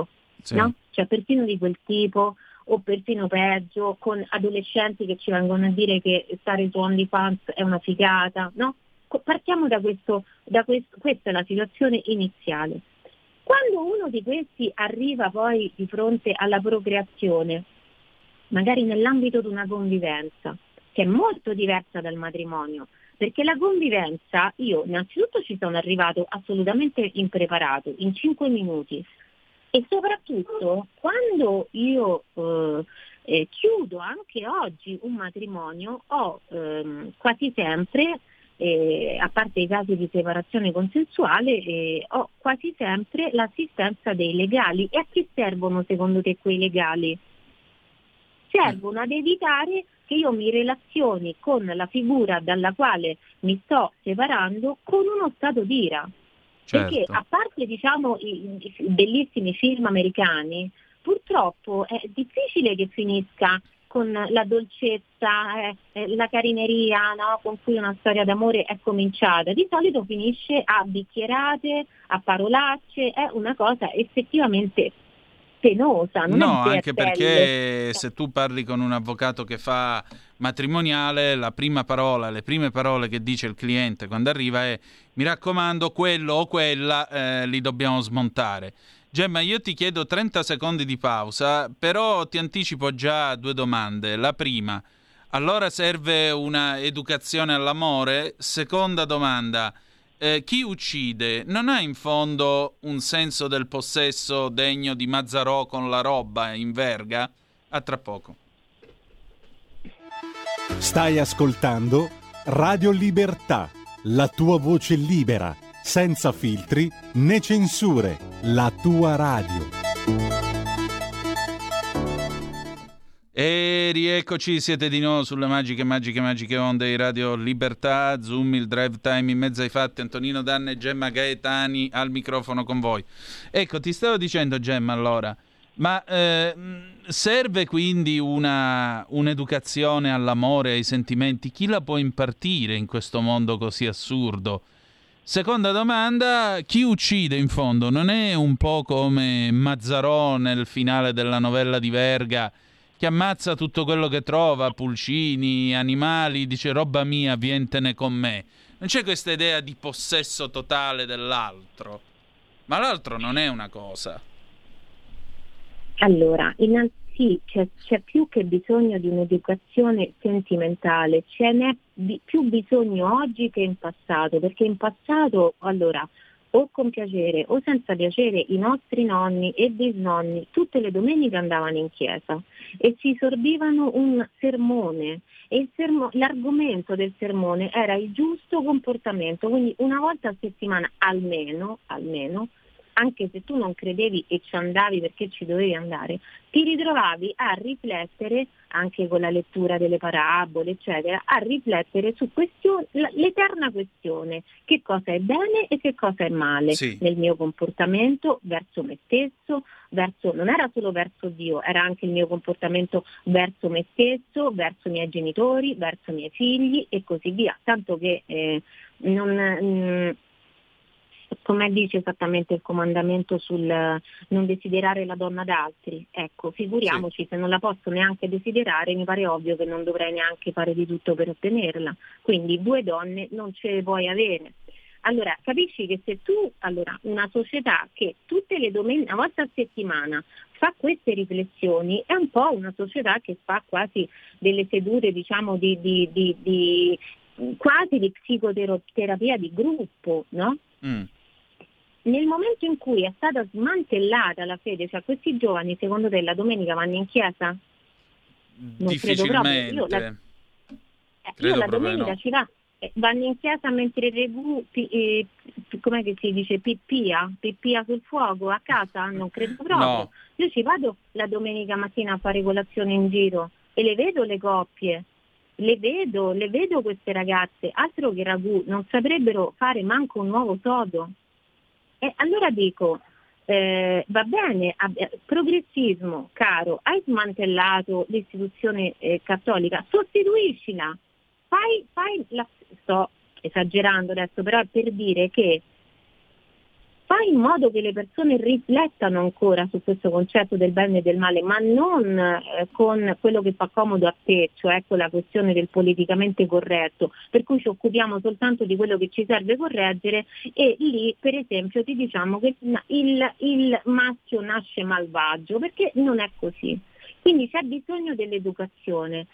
[SPEAKER 2] sì.
[SPEAKER 5] no? Cioè persino di quel tipo, o persino peggio, con adolescenti che ci vengono a dire che stare su OnlyFans è una figata, no? Partiamo da questo, da questo, questa è la situazione iniziale. Quando uno di questi arriva poi di fronte alla procreazione, magari nell'ambito di una convivenza, che è molto diversa dal matrimonio, perché la convivenza, io innanzitutto ci sono arrivato assolutamente impreparato, in cinque minuti, e soprattutto quando io eh, eh, chiudo anche oggi un matrimonio, ho ehm, quasi sempre, eh, a parte i casi di separazione consensuale, eh, ho quasi sempre l'assistenza dei legali. E a chi servono secondo te quei legali? Servono ad evitare che io mi relazioni con la figura dalla quale mi sto separando con uno stato d'ira.
[SPEAKER 2] Certo.
[SPEAKER 5] Perché a parte diciamo i, i bellissimi film americani, purtroppo è difficile che finisca con la dolcezza, eh, eh, la carineria, no? Con cui una storia d'amore è cominciata. Di solito finisce a bicchierate, a parolacce, è una cosa effettivamente penosa, non
[SPEAKER 2] No,
[SPEAKER 5] è
[SPEAKER 2] anche
[SPEAKER 5] D R L.
[SPEAKER 2] perché se tu parli con un avvocato che fa matrimoniale, la prima parola, le prime parole che dice il cliente quando arriva è: mi raccomando, quello o quella eh, li dobbiamo smontare. Gemma, io ti chiedo trenta secondi di pausa, però ti anticipo già due domande. La prima, allora serve una educazione all'amore? Seconda domanda, Eh, chi uccide non ha in fondo un senso del possesso degno di Mazzarò con la roba in verga? A tra poco.
[SPEAKER 1] Stai ascoltando Radio Libertà, la tua voce libera, senza filtri né censure, la tua radio.
[SPEAKER 2] E rieccoci, siete di nuovo sulle magiche, magiche, magiche onde di Radio Libertà. Zoom, il drive time in mezzo ai fatti. Antonino Danna e Gemma Gaetani al microfono con voi. Ecco, ti stavo dicendo, Gemma, allora, ma eh, serve quindi una, un'educazione all'amore, ai sentimenti? Chi la può impartire in questo mondo così assurdo? Seconda domanda, chi uccide in fondo? Non è un po' come Mazzarò nel finale della novella di Verga, che ammazza tutto quello che trova, pulcini, animali, dice roba mia, vientene con me. Non c'è questa idea di possesso totale dell'altro, ma l'altro non è una cosa.
[SPEAKER 5] Allora, innanzi c'è, c'è più che bisogno di un'educazione sentimentale, ce n'è di, più bisogno oggi che in passato, perché in passato, allora, o con piacere o senza piacere, i nostri nonni e bisnonni tutte le domeniche andavano in chiesa e si sorbivano un sermone, e il sermo- l'argomento del sermone era il giusto comportamento, quindi una volta a settimana almeno, almeno, anche se tu non credevi e ci andavi perché ci dovevi andare, ti ritrovavi a riflettere, anche con la lettura delle parabole, eccetera, a riflettere su questione, l'eterna questione: che cosa è bene e che cosa è male,
[SPEAKER 2] sì,
[SPEAKER 5] nel mio comportamento verso me stesso, verso, non era solo verso Dio, era anche il mio comportamento verso me stesso, verso i miei genitori, verso i miei figli e così via. Tanto che eh, non... Mh, come dice esattamente il comandamento sul non desiderare la donna d'altri, ecco, figuriamoci, sì, se non la posso neanche desiderare, mi pare ovvio che non dovrei neanche fare di tutto per ottenerla. Quindi due donne non ce le puoi avere. Allora, capisci che se tu, allora, una società che tutte le domeniche, una volta a settimana, fa queste riflessioni, è un po' una società che fa quasi delle sedute, diciamo, di, di, di, di quasi di psicoterapia di gruppo, no? Mm. Nel momento in cui è stata smantellata la fede, cioè questi giovani, secondo te la domenica vanno in chiesa?
[SPEAKER 2] Non difficilmente.
[SPEAKER 5] Credo proprio. Io la, eh, io la domenica no. ci va, eh, vanno in chiesa mentre regù, eh, com'è che si dice, pippia, pippia sul fuoco a casa? Non credo proprio.
[SPEAKER 2] No.
[SPEAKER 5] Io ci vado la domenica mattina a fare colazione in giro e le vedo le coppie. Le vedo, le vedo queste ragazze, altro che ragù, non saprebbero fare manco un nuovo sodo. E allora dico, eh, va bene, eh, progressismo, caro, hai smantellato l'istituzione eh, cattolica, sostituiscila, fai, fai la, sto esagerando adesso, però per dire che fai in modo che le persone riflettano ancora su questo concetto del bene e del male, ma non eh, con quello che fa comodo a te, cioè con la questione del politicamente corretto, per cui ci occupiamo soltanto di quello che ci serve correggere, e lì per esempio ti diciamo che il, il maschio nasce malvagio, perché non è così. Quindi c'è bisogno dell'educazione.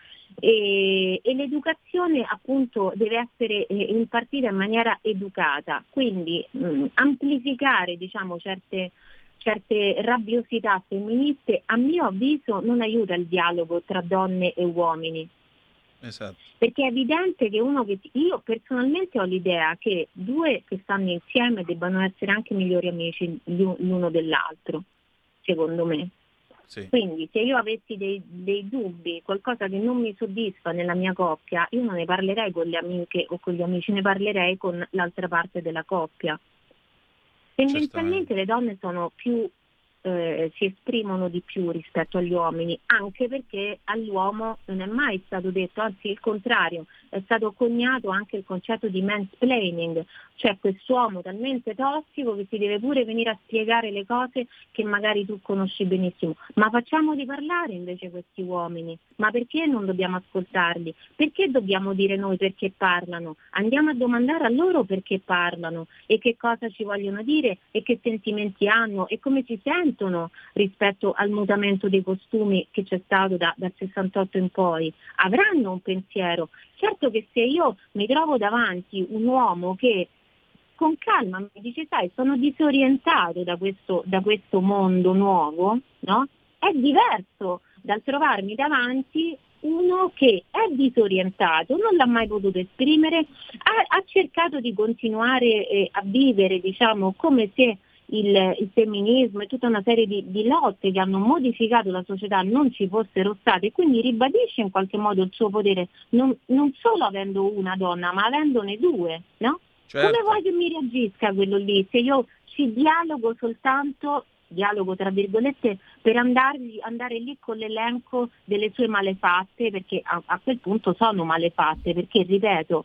[SPEAKER 5] E, e l'educazione appunto deve essere eh, impartita in maniera educata, quindi mh, amplificare diciamo certe, certe rabbiosità femministe a mio avviso non aiuta il dialogo tra donne e uomini.
[SPEAKER 2] Esatto.
[SPEAKER 5] Perché è evidente che uno che io personalmente ho l'idea che due che stanno insieme debbano essere anche migliori amici l'uno dell'altro, secondo me.
[SPEAKER 2] Sì.
[SPEAKER 5] Quindi se io avessi dei, dei dubbi, qualcosa che non mi soddisfa nella mia coppia, io non ne parlerei con le amiche o con gli amici, ne parlerei con l'altra parte della coppia. Tendenzialmente le donne sono più, eh, si esprimono di più rispetto agli uomini, anche perché all'uomo non è mai stato detto, anzi il contrario, è stato coniato anche il concetto di mansplaining, cioè quest'uomo talmente tossico che ti deve pure venire a spiegare le cose che magari tu conosci benissimo. Ma facciamoli parlare invece questi uomini, ma perché non dobbiamo ascoltarli? Perché dobbiamo dire noi perché parlano? Andiamo a domandare a loro perché parlano e che cosa ci vogliono dire e che sentimenti hanno e come si sentono rispetto al mutamento dei costumi che c'è stato da, dal sessantotto in poi. Avranno un pensiero. Certo che se io mi trovo davanti un uomo che con calma mi dice sai sono disorientato da questo, da questo mondo nuovo, no? È diverso dal trovarmi davanti uno che è disorientato, non l'ha mai potuto esprimere, ha, ha cercato di continuare eh, a vivere diciamo come se il, il femminismo e tutta una serie di, di lotte che hanno modificato la società non ci fossero state, e quindi ribadisce in qualche modo il suo potere non, non solo avendo una donna ma avendone due, no?
[SPEAKER 2] Certo.
[SPEAKER 5] Come vuoi che mi reagisca quello lì? Se io ci dialogo soltanto, dialogo tra virgolette, per andargli, andare lì con l'elenco delle sue malefatte, perché a, a quel punto sono malefatte, perché ripeto,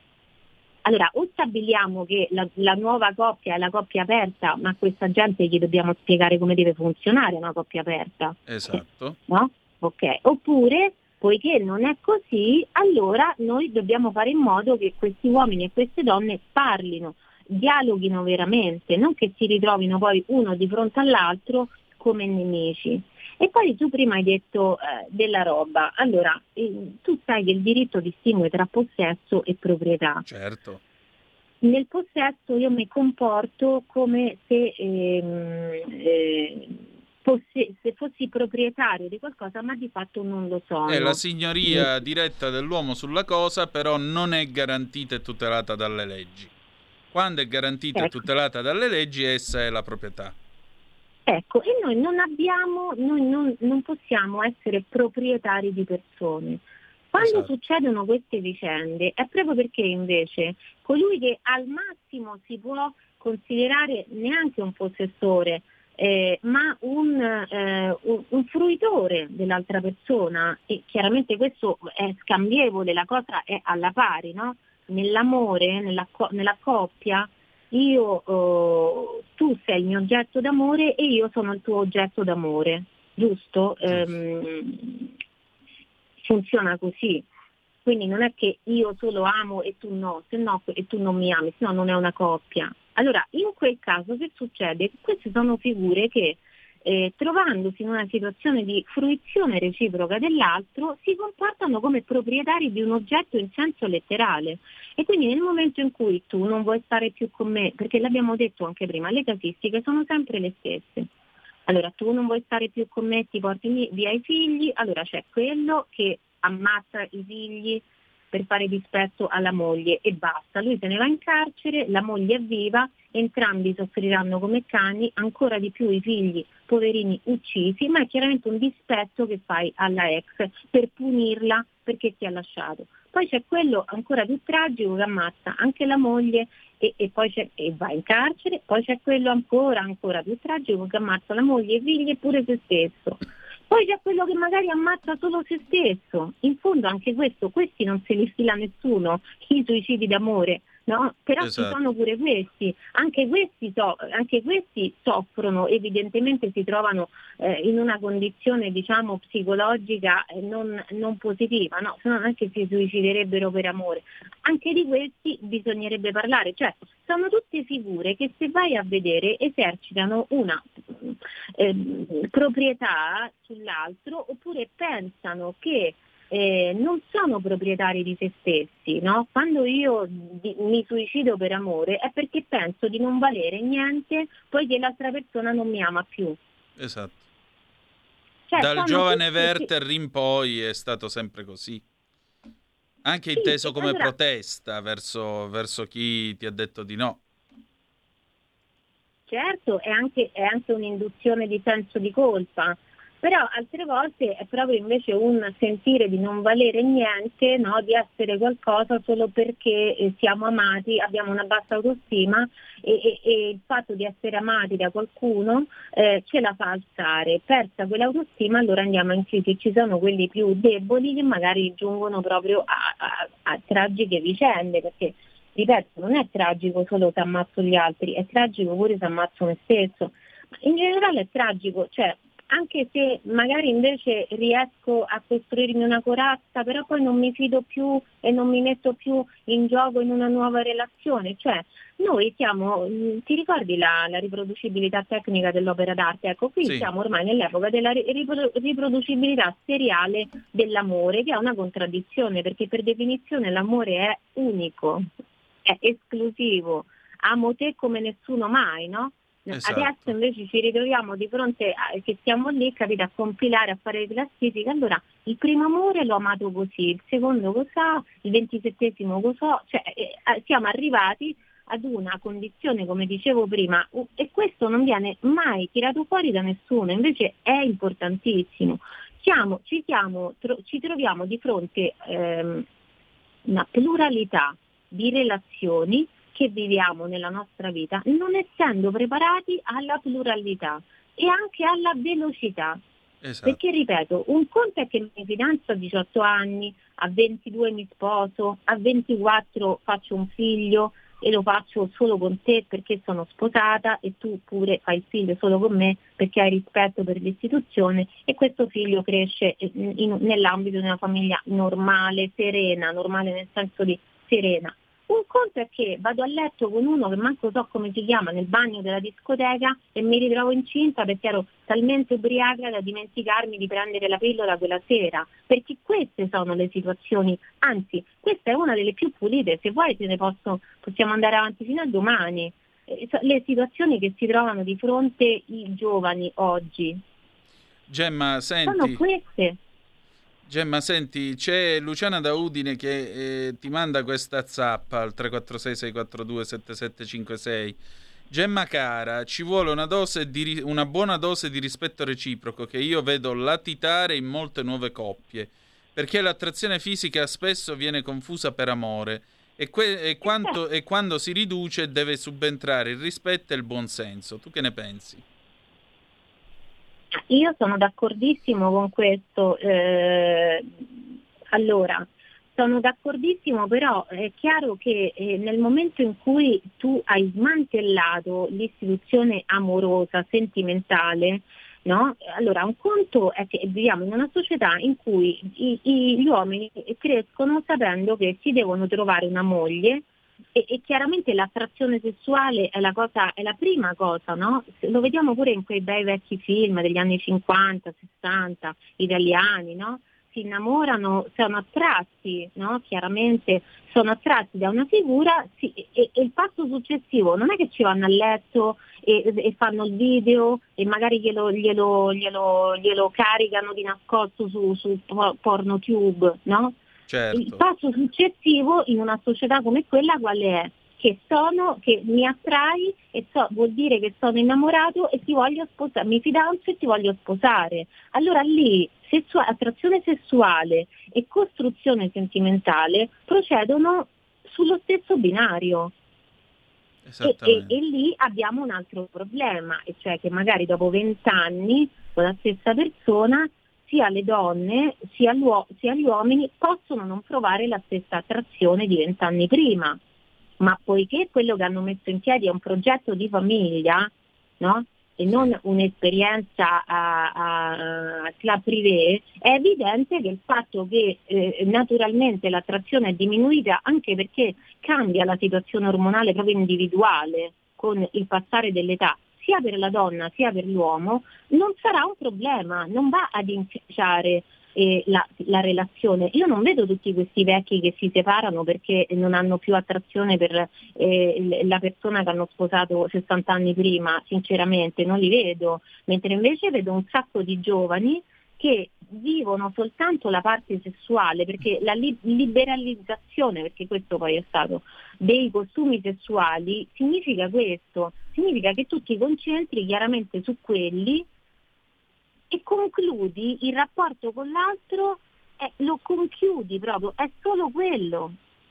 [SPEAKER 5] allora o stabiliamo che la, la nuova coppia è la coppia aperta, ma a questa gente gli dobbiamo spiegare come deve funzionare una coppia aperta.
[SPEAKER 2] Esatto.
[SPEAKER 5] No? Ok. Oppure poiché non è così, allora noi dobbiamo fare in modo che questi uomini e queste donne parlino, dialoghino veramente, non che si ritrovino poi uno di fronte all'altro come nemici. E poi tu prima hai detto eh, della roba, allora eh, tu sai che il diritto distingue tra possesso e proprietà.
[SPEAKER 2] Certo.
[SPEAKER 5] Nel possesso io mi comporto come se... Ehm, eh, Fossi, se fossi proprietario di qualcosa ma di fatto non lo sono.
[SPEAKER 2] È la signoria diretta dell'uomo sulla cosa, però non è garantita e tutelata dalle leggi. Quando è garantita
[SPEAKER 5] ecco.
[SPEAKER 2] e tutelata dalle leggi, essa è la proprietà.
[SPEAKER 5] Ecco, e noi non abbiamo, noi non, non possiamo essere proprietari di persone. Quando
[SPEAKER 2] Esatto.
[SPEAKER 5] succedono queste vicende è proprio perché invece colui che al massimo si può considerare neanche un possessore, Eh, ma un, eh, un, un fruitore dell'altra persona, e chiaramente questo è scambievole, la cosa è alla pari, no? Nell'amore, nella, nella coppia, io, eh, tu sei il mio oggetto d'amore e io sono il tuo oggetto d'amore, giusto? Ehm, funziona così. Quindi non è che io solo amo e tu no, se no e tu non mi ami, se no non è una coppia. Allora, in quel caso che succede? Queste sono figure che, eh, trovandosi in una situazione di fruizione reciproca dell'altro, si comportano come proprietari di un oggetto in senso letterale. E quindi nel momento in cui tu non vuoi stare più con me, perché l'abbiamo detto anche prima, le casistiche sono sempre le stesse. Allora, tu non vuoi stare più con me, ti porti via i figli, allora c'è quello che ammazza i figli per fare dispetto alla moglie e basta, lui se ne va in carcere, la moglie è viva, entrambi soffriranno come cani, ancora di più i figli poverini uccisi, ma è chiaramente un dispetto che fai alla ex per punirla perché ti ha lasciato. Poi c'è quello ancora più tragico che ammazza anche la moglie e, e poi c'è, e va in carcere, poi c'è quello ancora ancora più tragico che ammazza la moglie, i figli e pure se stesso. Poi c'è quello che magari ammazza solo se stesso. In fondo anche questo, questi non se li fila nessuno, i suicidi d'amore. no? Però
[SPEAKER 2] esatto.
[SPEAKER 5] ci sono pure questi, anche questi, so, anche questi soffrono, evidentemente si trovano eh, in una condizione diciamo psicologica eh, non, non positiva, no? Se no non è che si suiciderebbero per amore, anche di questi bisognerebbe parlare, cioè sono tutte figure che se vai a vedere esercitano una eh, proprietà sull'altro oppure pensano che Eh, non sono proprietari di se stessi, no? Quando io di, mi suicido per amore è perché penso di non valere niente poiché l'altra persona non mi ama più.
[SPEAKER 2] Esatto.
[SPEAKER 5] Cioè,
[SPEAKER 2] Dal giovane
[SPEAKER 5] tutti...
[SPEAKER 2] Werther in poi è stato sempre così. Anche
[SPEAKER 5] sì,
[SPEAKER 2] inteso come
[SPEAKER 5] allora...
[SPEAKER 2] protesta verso, verso chi ti ha detto di no.
[SPEAKER 5] Certo, è anche, è anche un'induzione di senso di colpa. Però altre volte è proprio invece un sentire di non valere niente, no? Di essere qualcosa solo perché eh, siamo amati, abbiamo una bassa autostima e, e, e il fatto di essere amati da qualcuno eh, ce la fa alzare. Persa quell'autostima allora andiamo in crisi, ci sono quelli più deboli che magari giungono proprio a, a, a tragiche vicende, perché ripeto, non è tragico solo se ammazzo gli altri, è tragico pure se ammazzo me stesso, ma in generale è tragico, cioè anche se magari invece riesco a costruirmi una corazza, però poi non mi fido più e non mi metto più in gioco in una nuova relazione. Cioè, noi siamo, ti ricordi la, la riproducibilità tecnica dell'opera d'arte? Ecco, qui
[SPEAKER 2] Sì.
[SPEAKER 5] siamo ormai nell'epoca della riproducibilità seriale dell'amore, che è una contraddizione, perché per definizione l'amore è unico, è esclusivo, amo te come nessuno mai, no?
[SPEAKER 2] Esatto.
[SPEAKER 5] Adesso invece ci ritroviamo di fronte a, che siamo lì, capito, a compilare, a fare le classifiche. Allora, il primo amore l'ho amato così, il secondo cos'ha, il ventisettesimo cos'ho, cioè eh, siamo arrivati ad una condizione, come dicevo prima, e questo non viene mai tirato fuori da nessuno, invece è importantissimo. Siamo, ci, siamo, tro, ci troviamo di fronte a ehm, una pluralità di relazioni che viviamo nella nostra vita, non essendo preparati alla pluralità e anche alla velocità.
[SPEAKER 2] Esatto.
[SPEAKER 5] Perché ripeto, un conto è che mi fidanzo a diciotto anni, a ventidue mi sposo, a ventiquattro faccio un figlio e lo faccio solo con te perché sono sposata e tu pure fai il figlio solo con me perché hai rispetto per l'istituzione e questo figlio cresce in, in, nell'ambito di una famiglia normale, serena, normale nel senso di serena. Un conto è che vado a letto con uno che manco so come si chiama nel bagno della discoteca e mi ritrovo incinta perché ero talmente ubriaca da dimenticarmi di prendere la pillola quella sera, perché queste sono le situazioni, anzi questa è una delle più pulite, se vuoi te ne posso, possiamo andare avanti fino a domani, eh, le situazioni che si trovano di fronte i giovani oggi.
[SPEAKER 2] Gemma, senti...
[SPEAKER 5] Sono queste.
[SPEAKER 2] Gemma, senti, c'è Luciana da Udine che eh, ti manda questa zappa al tre quattro sei sei quattro due sette sette cinque sei. Gemma cara, ci vuole una, dose di, una buona dose di rispetto reciproco che io vedo latitare in molte nuove coppie, perché l'attrazione fisica spesso viene confusa per amore e, que- e, quanto, e quando si riduce deve subentrare il rispetto e il buonsenso. Tu che ne pensi?
[SPEAKER 5] Io sono d'accordissimo con questo, eh, allora sono d'accordissimo, però è chiaro che eh, nel momento in cui tu hai smantellato l'istituzione amorosa, sentimentale, no? Allora un conto è che viviamo in una società in cui i, i, gli uomini crescono sapendo che si devono trovare una moglie. E, e chiaramente l'attrazione sessuale è la cosa, è la prima cosa, no? Lo vediamo pure in quei bei vecchi film degli anni cinquanta, sessanta, italiani, no? Si innamorano, sono attratti, no? Chiaramente sono attratti da una figura sì, e, e il passo successivo non è che ci vanno a letto e, e fanno il video e magari glielo, glielo, glielo, glielo caricano di nascosto su, su PornoTube, no?
[SPEAKER 2] Certo.
[SPEAKER 5] Il passo successivo in una società come quella quale è? Che sono, che mi attrai e so, vuol dire che sono innamorato e ti voglio sposare, mi fidanzo e ti voglio sposare. Allora lì sessu- attrazione sessuale e costruzione sentimentale procedono sullo stesso binario. E, e, e lì abbiamo un altro problema, e cioè che magari dopo vent'anni con la stessa persona sia le donne sia, sia gli uomini possono non provare la stessa attrazione di vent'anni prima, ma poiché quello che hanno messo in piedi è un progetto di famiglia, no? E non un'esperienza a, a, a club privé, è evidente che il fatto che eh, naturalmente l'attrazione è diminuita, anche perché cambia la situazione ormonale proprio individuale con il passare dell'età, sia per la donna sia per l'uomo, non sarà un problema, non va ad inficiare eh, la, la relazione. Io non vedo tutti questi vecchi che si separano perché non hanno più attrazione per eh, la persona che hanno sposato sessanta anni prima, sinceramente non li vedo, mentre invece vedo un sacco di giovani che vivono soltanto la parte sessuale, perché la li- liberalizzazione, perché questo poi è stato, dei costumi sessuali significa questo, significa che tu ti concentri chiaramente su quelli e concludi il rapporto con l'altro, eh, lo conchiudi proprio, è solo quello,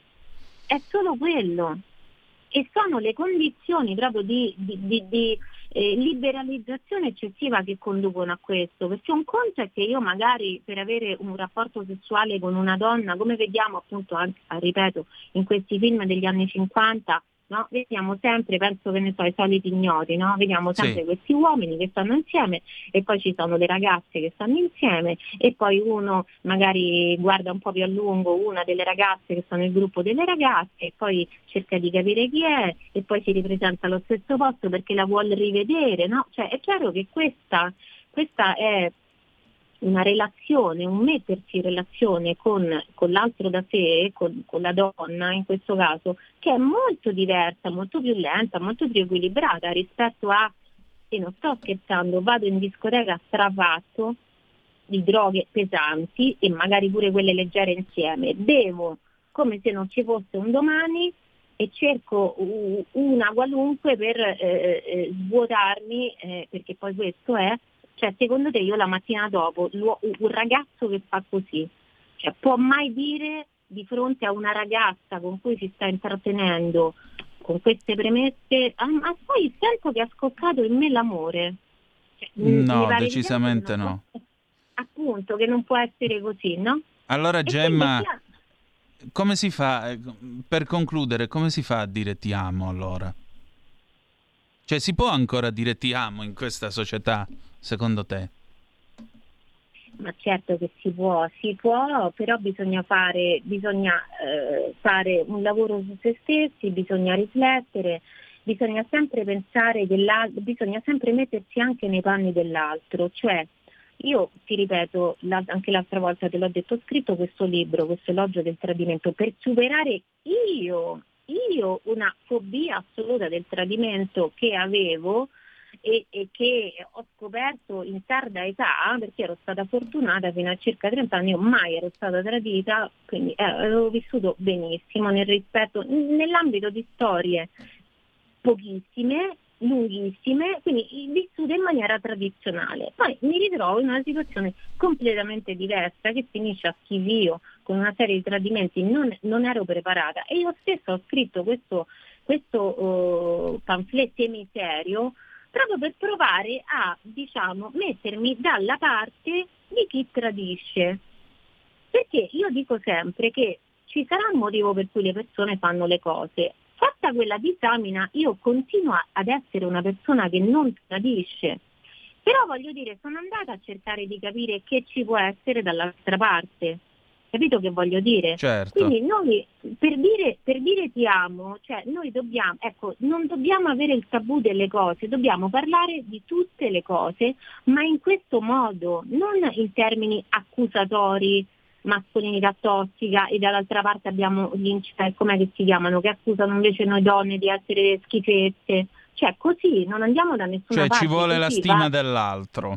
[SPEAKER 5] è solo quello. E sono le condizioni proprio di, di, di, di eh, liberalizzazione eccessiva che conducono a questo, perché un conto è che io magari per avere un rapporto sessuale con una donna, come vediamo appunto anche, ripeto, in questi film degli anni cinquanta, no? Vediamo sempre, penso che ne so, i soliti ignoti, no? Vediamo sempre
[SPEAKER 2] Sì.
[SPEAKER 5] questi uomini che stanno insieme e poi ci sono le ragazze che stanno insieme e poi uno magari guarda un po' più a lungo una delle ragazze che sono nel gruppo delle ragazze e poi cerca di capire chi è e poi si ripresenta allo stesso posto perché la vuole rivedere, no? Cioè è chiaro che questa, questa è una relazione, un mettersi in relazione con, con l'altro da sé, con, con la donna in questo caso, che è molto diversa, molto più lenta, molto più equilibrata rispetto a, e non sto scherzando, vado in discoteca strafatto di droghe pesanti e magari pure quelle leggere insieme, bevo come se non ci fosse un domani e cerco una qualunque per eh, eh, svuotarmi, eh, perché poi questo è. Cioè, secondo te io la mattina dopo, un ragazzo che fa così, cioè, può mai dire di fronte a una ragazza con cui si sta intrattenendo, con queste premesse, ah, ma poi sento che ha scoccato in me l'amore? Cioè, mi
[SPEAKER 2] No,
[SPEAKER 5] pare
[SPEAKER 2] decisamente
[SPEAKER 5] evidente che non
[SPEAKER 2] no.
[SPEAKER 5] può, appunto, che non può essere così, no?
[SPEAKER 2] Allora
[SPEAKER 5] E
[SPEAKER 2] Gemma,
[SPEAKER 5] quindi,
[SPEAKER 2] come si fa, eh, per concludere, come si fa a dire ti amo allora? Cioè, si può ancora dire ti amo in questa società, secondo te?
[SPEAKER 5] ma certo che si può, si può, però bisogna fare, bisogna eh, fare un lavoro su se stessi, bisogna riflettere, bisogna sempre pensare dell'altro, bisogna sempre mettersi anche nei panni dell'altro, cioè io ti ripeto, la, anche l'altra volta te l'ho detto, ho scritto questo libro, questo elogio del tradimento, per superare io, io una fobia assoluta del tradimento che avevo, E, e che ho scoperto in tarda età, perché ero stata fortunata fino a circa trenta anni, io mai ero stata tradita, quindi eh, avevo vissuto benissimo nel rispetto, nell'ambito di storie pochissime, lunghissime, quindi vissute in maniera tradizionale. Poi mi ritrovo in una situazione completamente diversa che finisce a schivio, con una serie di tradimenti, non, non ero preparata e io stessa ho scritto questo, questo uh, pamphlet semiserio proprio per provare a, diciamo, mettermi dalla parte di chi tradisce. Perché io dico sempre che ci sarà un motivo per cui le persone fanno le cose. Fatta quella disamina, io continuo ad essere una persona che non tradisce. Però voglio dire, sono andata a cercare di capire che ci può essere dall'altra parte. Capito che voglio dire?
[SPEAKER 2] Certo.
[SPEAKER 5] Quindi noi per dire, per dire ti amo, cioè noi dobbiamo, ecco, non dobbiamo avere il tabù delle cose, dobbiamo parlare di tutte le cose, ma in questo modo, non in termini accusatori, mascolinità tossica e dall'altra parte abbiamo gli incel, com'è che si chiamano, che accusano invece noi donne di essere schifezze. Cioè così non andiamo da nessuna
[SPEAKER 2] Cioè
[SPEAKER 5] parte.
[SPEAKER 2] ci vuole la
[SPEAKER 5] così
[SPEAKER 2] stima
[SPEAKER 5] va.
[SPEAKER 2] dell'altro.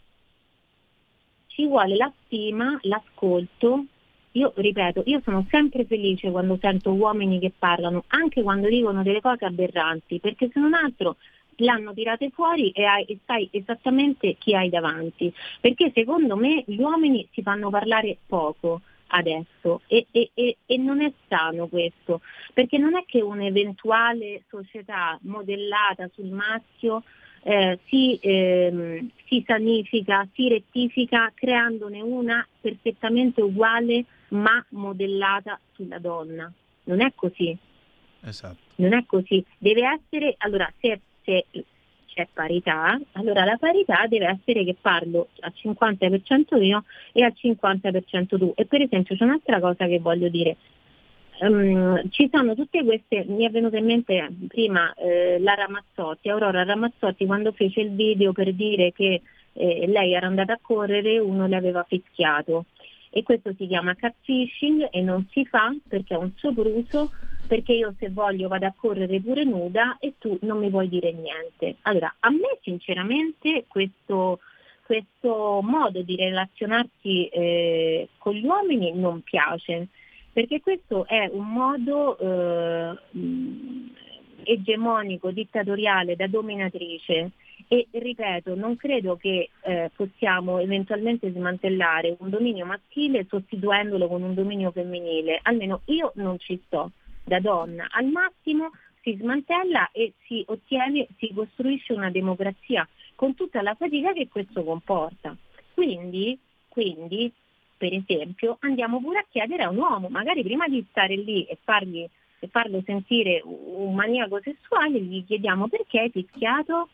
[SPEAKER 5] Ci vuole la stima, l'ascolto. Io ripeto, io sono sempre felice quando sento uomini che parlano, anche quando dicono delle cose aberranti, perché se non altro l'hanno tirate fuori e, hai, e sai esattamente chi hai davanti. Perché secondo me gli uomini si fanno parlare poco adesso e, e, e, e non è sano questo, perché non è che un'eventuale società modellata sul maschio Eh, si, ehm, si sanifica, si rettifica creandone una perfettamente uguale ma modellata sulla donna. Non è così.
[SPEAKER 2] Esatto.
[SPEAKER 5] Non è così, deve essere, allora se, se c'è parità, allora la parità deve essere che parlo al cinquanta per cento io e al cinquanta per cento tu. E per esempio c'è un'altra cosa che voglio dire, um, ci sono tutte queste, mi è venuta in mente prima eh, la Ramazzotti, Aurora Ramazzotti, quando fece il video per dire che eh, lei era andata a correre, uno le aveva fischiato. E questo si chiama catfishing e non si fa perché è un sopruso, perché io se voglio vado a correre pure nuda e tu non mi puoi dire niente. Allora, a me sinceramente questo, questo modo di relazionarsi eh, con gli uomini non piace, perché questo è un modo eh, egemonico, dittatoriale, da dominatrice. E ripeto, non credo che eh, possiamo eventualmente smantellare un dominio maschile sostituendolo con un dominio femminile, almeno io non ci sto. Da donna al massimo si smantella e si ottiene, si costruisce una democrazia con tutta la fatica che questo comporta. Quindi, quindi per esempio, andiamo pure a chiedere a un uomo, magari prima di stare lì e fargli e farlo sentire un maniaco sessuale, gli chiediamo perché hai fischiato.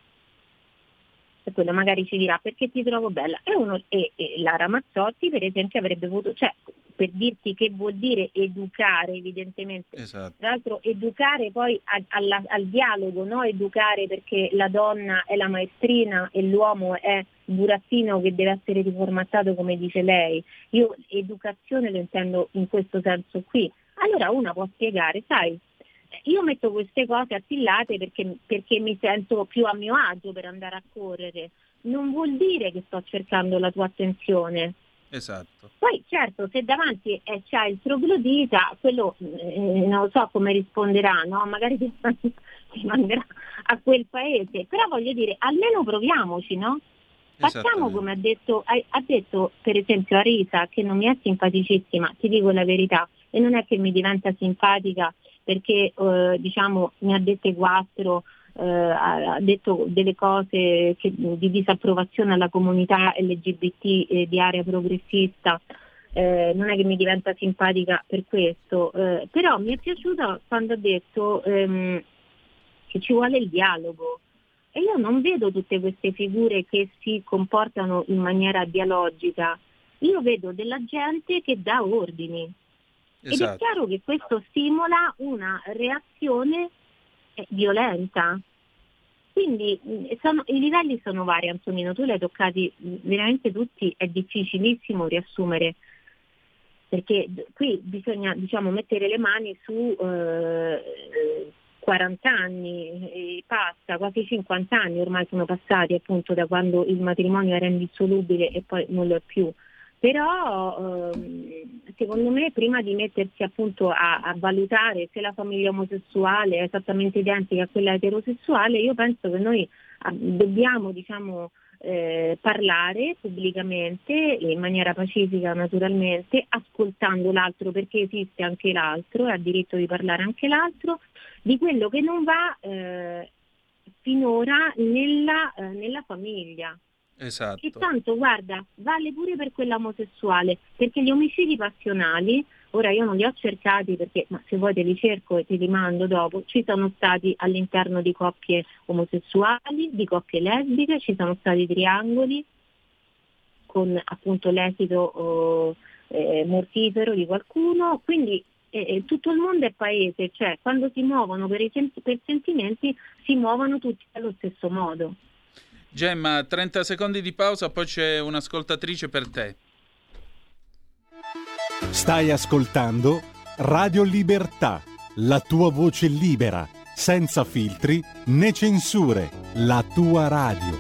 [SPEAKER 5] E quello magari ci dirà perché ti trovo bella. E, uno, e, e la Ramazzotti per esempio avrebbe avuto, cioè per dirti che vuol dire educare evidentemente.
[SPEAKER 2] Esatto.
[SPEAKER 5] Tra l'altro educare poi a, alla, al dialogo, no? Educare perché la donna è la maestrina e l'uomo è il burattino che deve essere riformattato come dice lei. Io educazione lo intendo in questo senso qui. Allora una può spiegare, sai, io metto queste cose attillate perché, perché mi sento più a mio agio per andare a correre. Non vuol dire che sto cercando la tua attenzione.
[SPEAKER 2] Esatto.
[SPEAKER 5] Poi certo, se davanti eh, c'ha il troglodita, quello eh, non lo so come risponderà, no? Magari ti, ti manderà a quel paese, però voglio dire, almeno proviamoci, no? Facciamo come ha detto, ha, ha detto per esempio Arisa, che non mi è simpaticissima, ti dico la verità, e non è che mi diventa simpatica perché eh, diciamo mi ha dette quattro, eh, ha detto delle cose che, di disapprovazione alla comunità L G B T eh, di area progressista, eh, non è che mi diventa simpatica per questo, eh, però mi è piaciuta quando ha detto ehm, che ci vuole il dialogo. E io non vedo tutte queste figure che si comportano in maniera dialogica, io vedo della gente che dà ordini. Ed
[SPEAKER 2] Esatto.
[SPEAKER 5] è chiaro che questo stimola una reazione eh, violenta. Quindi sono, i livelli sono vari, Antonino, tu li hai toccati veramente tutti, è difficilissimo riassumere, perché qui bisogna diciamo mettere le mani su eh, quaranta anni, e passa, quasi cinquanta anni ormai sono passati appunto da quando il matrimonio era indissolubile e poi non lo è più. Però ehm, secondo me prima di mettersi appunto a, a valutare se la famiglia omosessuale è esattamente identica a quella eterosessuale, io penso che noi ah, dobbiamo diciamo eh, parlare pubblicamente in maniera pacifica naturalmente, ascoltando l'altro perché esiste anche l'altro e ha diritto di parlare anche l'altro, di quello che non va eh, finora nella, eh, nella famiglia.
[SPEAKER 2] Esatto.
[SPEAKER 5] E tanto guarda, vale pure per quella omosessuale, perché gli omicidi passionali, ora io non li ho cercati perché, ma se vuoi te li cerco e te li mando dopo, ci sono stati all'interno di coppie omosessuali, di coppie lesbiche, ci sono stati triangoli con appunto l'esito oh, eh, mortifero di qualcuno, quindi eh, tutto il mondo è paese, cioè quando si muovono per, i sen- per sentimenti si muovono tutti allo stesso modo.
[SPEAKER 2] Gemma, trenta secondi di pausa, poi c'è un'ascoltatrice per te.
[SPEAKER 1] Stai ascoltando Radio Libertà, la tua voce libera, senza filtri né censure, la tua radio.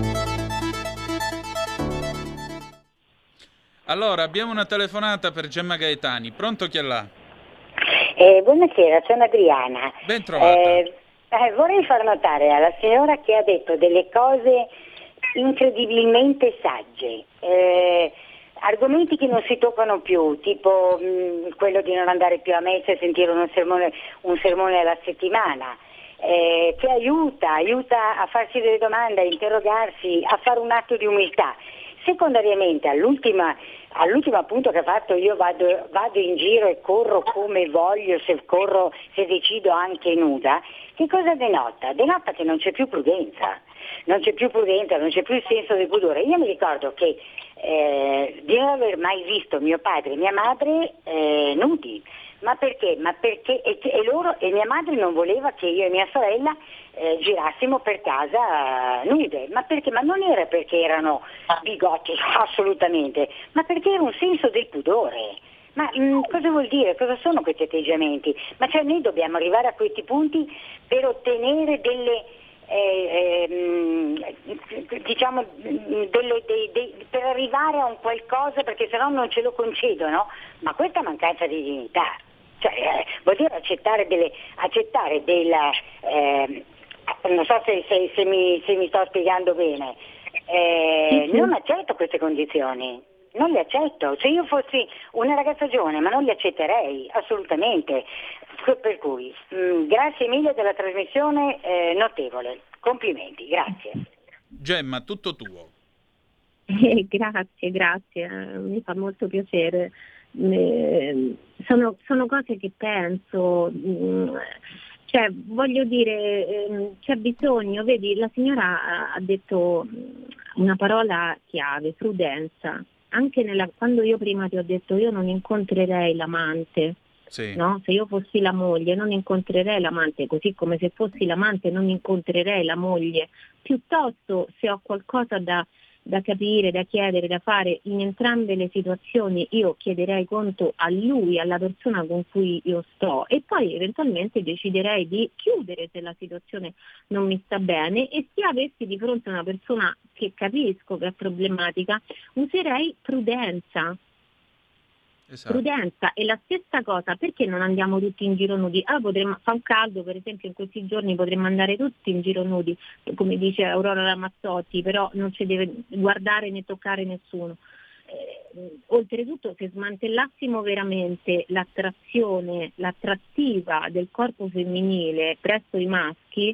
[SPEAKER 2] Allora, abbiamo una telefonata per Gemma Gaetani. Pronto, chi è là?
[SPEAKER 6] Eh, buonasera, sono Adriana.
[SPEAKER 2] Ben trovata.
[SPEAKER 6] Eh, Eh, vorrei far notare alla signora che ha detto delle cose incredibilmente sagge, eh, argomenti che non si toccano più, tipo mh, quello di non andare più a messa e sentire un sermone, un sermone alla settimana, eh, che aiuta, aiuta a farsi delle domande, a interrogarsi, a fare un atto di umiltà. secondariamente all'ultima, all'ultimo appunto che ha fatto, io vado, vado in giro e corro come voglio, se corro, se decido anche nuda, che cosa denota? Denota che non c'è più prudenza, non c'è più prudenza, non c'è più il senso del pudore. Io mi ricordo che eh, di non aver mai visto mio padre e mia madre eh, nudi. Ma perché? Ma perché e, e loro e mia madre non voleva che io e mia sorella eh, girassimo per casa eh, nude. Ma perché? Ma non era perché erano bigotti, assolutamente, ma perché era un senso del pudore. Ma mh, cosa vuol dire? Cosa sono questi atteggiamenti? Ma cioè noi dobbiamo arrivare a questi punti per ottenere delle eh, eh, diciamo delle, dei, dei, per arrivare a un qualcosa, perché sennò non ce lo concedono. Ma questa mancanza di dignità. Cioè, eh, vuol dire accettare delle accettare della eh, non so se, se, se, mi, se mi sto spiegando bene, eh, sì, sì. Non accetto queste condizioni, non le accetto. Se io fossi una ragazza giovane, ma non le accetterei assolutamente. Per cui mh, grazie mille della trasmissione, eh, notevole, complimenti, grazie.
[SPEAKER 2] Gemma, tutto tuo.
[SPEAKER 4] Eh, grazie, grazie, mi fa molto piacere. Eh, sono, sono cose che penso, mh, cioè voglio dire, eh, c'è bisogno, vedi, la signora ha detto una parola chiave, prudenza. Anche nella, quando io prima ti ho detto io non incontrerei l'amante, sì. No? Se io fossi la moglie non incontrerei l'amante, così come se fossi l'amante non incontrerei la moglie. Piuttosto, se ho qualcosa da, da capire, da chiedere, da fare in entrambe le situazioni, io chiederei conto a lui, alla persona con cui io sto, e poi eventualmente deciderei di chiudere se la situazione non mi sta bene, e se avessi di fronte una persona che capisco che è problematica, userei prudenza. Esatto. Prudenza. E la stessa cosa, perché non andiamo tutti in giro nudi? Ah, potremmo, fa un caldo, per esempio in questi giorni potremmo andare tutti in giro nudi, come dice Aurora Ramazzotti, però non ci deve guardare né toccare nessuno. Eh, oltretutto, se smantellassimo veramente l'attrazione, l'attrattiva del corpo femminile presso i maschi,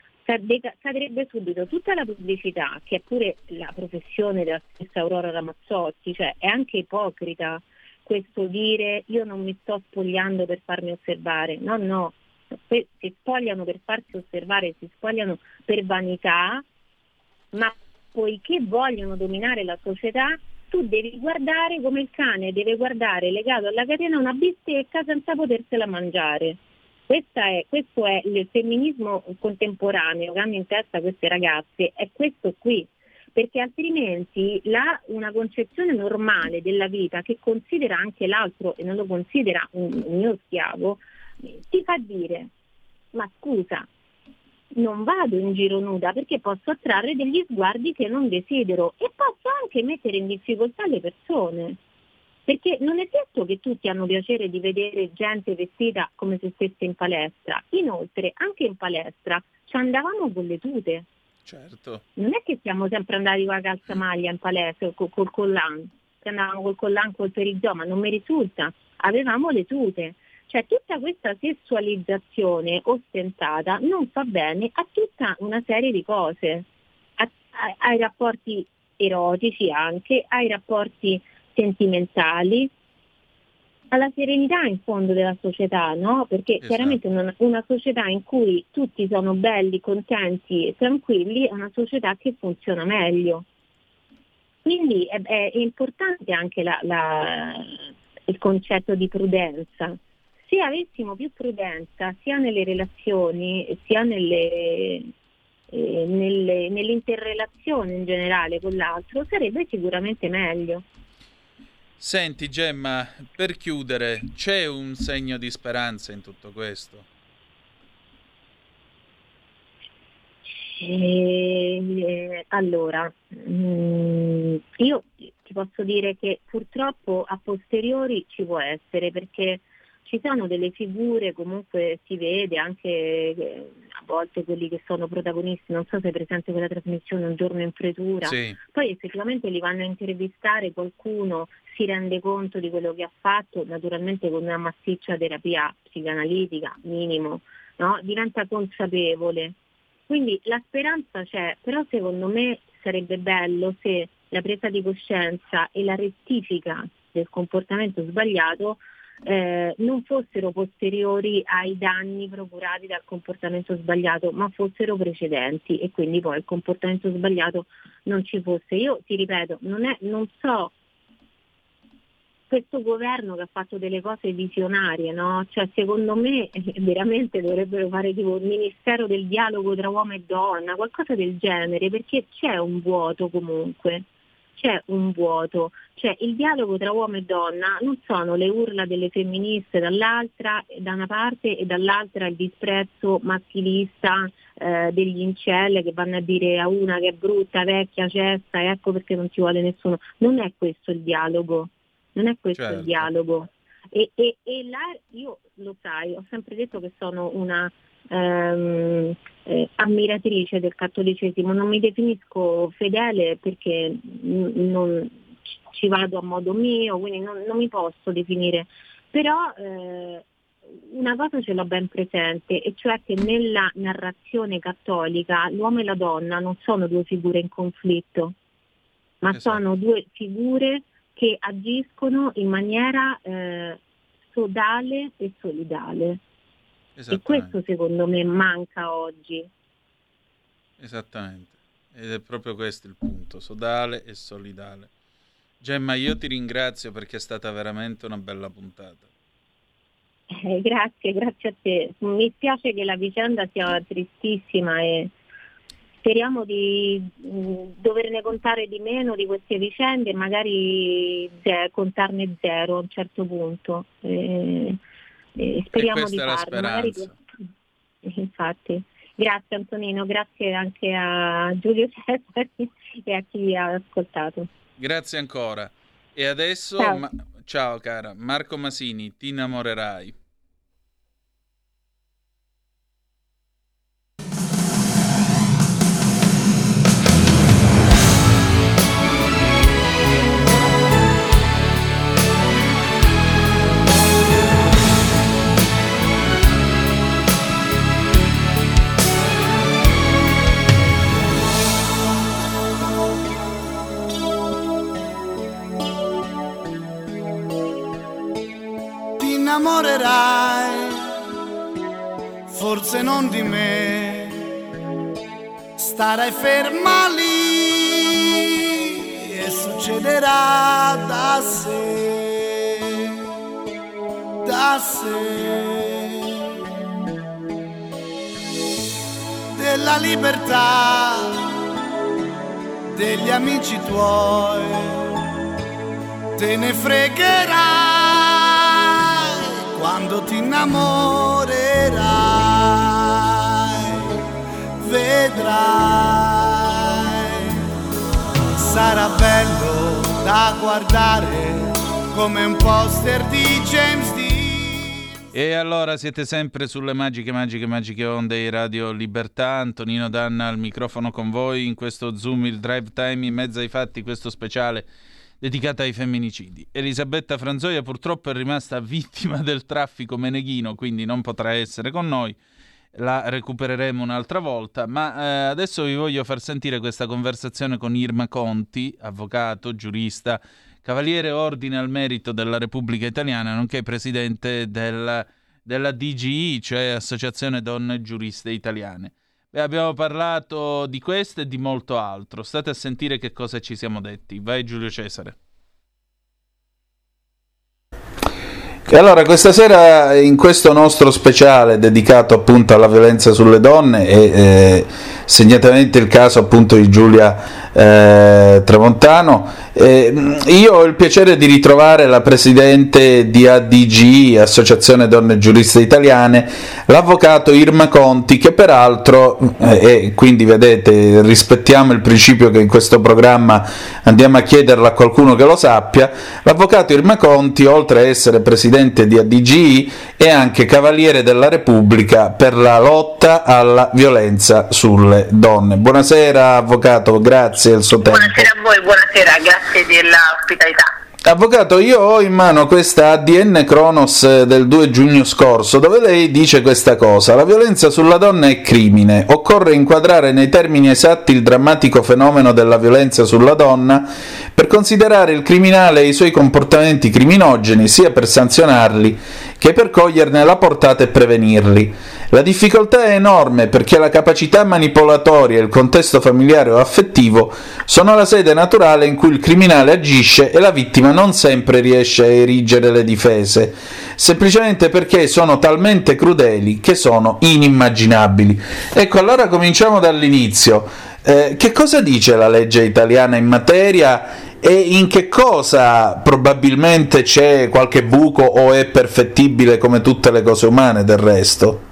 [SPEAKER 4] cadrebbe subito tutta la pubblicità, che è pure la professione della stessa Aurora Ramazzotti, cioè è anche ipocrita questo dire io non mi sto spogliando per farmi osservare. No, no, si spogliano per farsi osservare, si spogliano per vanità, ma poiché vogliono dominare la società, tu devi guardare come il cane deve guardare legato alla catena una bistecca senza potersela mangiare. Questa è, questo è il femminismo contemporaneo che hanno in testa queste ragazze, è questo qui. Perché altrimenti la, una concezione normale della vita, che considera anche l'altro e non lo considera un, un mio schiavo, ti fa dire: ma scusa, non vado in giro nuda perché posso attrarre degli sguardi che non desidero, e posso anche mettere in difficoltà le persone, perché non è detto che tutti hanno piacere di vedere gente vestita come se stesse in palestra. Inoltre anche in palestra ci andavamo con le tute.
[SPEAKER 2] Certo.
[SPEAKER 4] Non è che siamo sempre andati con la calzamaglia in palestra col, col collan, che andavamo col collan col perizoma, ma non mi risulta, avevamo le tute. Cioè tutta questa sessualizzazione ostentata non fa bene a tutta una serie di cose, a, a, ai rapporti erotici anche, ai rapporti sentimentali, alla serenità in fondo della società, no? Perché esatto. Chiaramente una, una società in cui tutti sono belli, contenti e tranquilli è una società che funziona meglio. Quindi è, è importante anche la, la, il concetto di prudenza. Se avessimo più prudenza sia nelle relazioni sia nelle, eh, nelle, nell'interrelazione in generale con l'altro, sarebbe sicuramente meglio.
[SPEAKER 2] Senti Gemma, per chiudere, c'è un segno di speranza in tutto questo?
[SPEAKER 4] Eh, allora, mh, io ti posso dire che purtroppo a posteriori ci può essere, perché ci sono delle figure, comunque si vede anche eh, a volte quelli che sono protagonisti, non so se è presente quella trasmissione Un giorno in pretura, sì. Poi effettivamente li vanno a intervistare, qualcuno si rende conto di quello che ha fatto, naturalmente con una massiccia terapia psicanalitica, minimo, no? Diventa consapevole. Quindi la speranza c'è, però secondo me sarebbe bello se
[SPEAKER 5] la presa di coscienza e la rettifica del comportamento sbagliato eh, non fossero posteriori ai danni procurati dal comportamento sbagliato, ma fossero precedenti, e quindi poi il comportamento sbagliato non ci fosse. Io ti ripeto, non, è, non so, questo governo che ha fatto delle cose visionarie, no? Cioè, secondo me veramente dovrebbero fare tipo il Ministero del dialogo tra uomo e donna, qualcosa del genere, perché c'è un vuoto comunque. C'è un vuoto, cioè il dialogo tra uomo e donna non sono le urla delle femministe dall'altra, da una parte, e dall'altra il disprezzo maschilista eh, degli incel che vanno a dire a una che è brutta, vecchia, cessa, ecco perché non ci vuole nessuno. Non è questo il dialogo, non è questo certo. il dialogo. E, e, e là, io lo sai, ho sempre detto che sono una ehm, eh, ammiratrice del cattolicesimo, non mi definisco fedele perché n- non ci vado a modo mio, quindi non, non mi posso definire, però eh, una cosa ce l'ho ben presente, e cioè che nella narrazione cattolica l'uomo e la donna non sono due figure in conflitto, ma esatto. sono due figure che agiscono in maniera eh, sodale e solidale. E questo secondo me manca oggi.
[SPEAKER 2] Esattamente, ed è proprio questo il punto, sodale e solidale. Gemma, io ti ringrazio perché è stata veramente una bella puntata.
[SPEAKER 5] Eh, grazie, grazie a te. Mi spiace che la vicenda sia tristissima e speriamo di mh, doverne contare di meno di queste vicende e magari ze- contarne zero a un certo punto. Eh, eh, speriamo di farlo. Magari... Infatti. Grazie Antonino, grazie anche a Giulio Cesari e a chi ha ascoltato.
[SPEAKER 2] Grazie ancora. E adesso, ciao, ma... ciao cara, Marco Masini, Ti innamorerai.
[SPEAKER 7] Innamorerai, forse non di me, starai ferma lì e succederà da sé, da sé. Della libertà degli amici tuoi te ne fregherai quando ti innamorerai, vedrai, sarà bello da guardare come un poster di James Dean.
[SPEAKER 2] E allora siete sempre sulle magiche, magiche, magiche onde di Radio Libertà. Antonino Danna al microfono con voi in questo Zoom, il Drive Time in mezzo ai fatti, questo speciale dedicata ai femminicidi. Elisabetta Franzoia purtroppo è rimasta vittima del traffico meneghino, quindi non potrà essere con noi, la recupereremo un'altra volta, ma eh, adesso vi voglio far sentire questa conversazione con Irma Conti, avvocato, giurista, cavaliere ordine al merito della Repubblica Italiana, nonché presidente della, della D G I, cioè Associazione Donne Giuriste Italiane. Beh, abbiamo parlato di questo e di molto altro. State a sentire che cosa ci siamo detti. Vai Giulio Cesare.
[SPEAKER 8] E allora questa sera in questo nostro speciale dedicato appunto alla violenza sulle donne e eh, segnatamente il caso appunto di Giulia eh, Tramontano, eh, io ho il piacere di ritrovare la presidente di A D G I, Associazione Donne Giuriste Italiane, l'avvocato Irma Conti, che peraltro, eh, e quindi vedete rispettiamo il principio che in questo programma andiamo a chiederlo a qualcuno che lo sappia, l'avvocato Irma Conti, oltre a essere presidente di A D G I, è anche cavaliere della Repubblica per la lotta alla violenza sulle donne. Buonasera avvocato, grazie del suo tempo.
[SPEAKER 9] Buonasera a voi, buonasera, grazie dell'ospitalità.
[SPEAKER 8] Avvocato, io ho in mano questa A D N Cronos del due giugno scorso, dove lei dice questa cosa: la violenza sulla donna è crimine, occorre inquadrare nei termini esatti il drammatico fenomeno della violenza sulla donna per considerare il criminale e i suoi comportamenti criminogeni, sia per sanzionarli che per coglierne la portata e prevenirli. La difficoltà è enorme perché la capacità manipolatoria e il contesto familiare o affettivo sono la sede naturale in cui il criminale agisce e la vittima non sempre riesce a erigere le difese, semplicemente perché sono talmente crudeli che sono inimmaginabili. Ecco, allora cominciamo dall'inizio. Eh, che cosa dice la legge italiana in materia e in che cosa probabilmente c'è qualche buco o è perfettibile come tutte le cose umane del resto?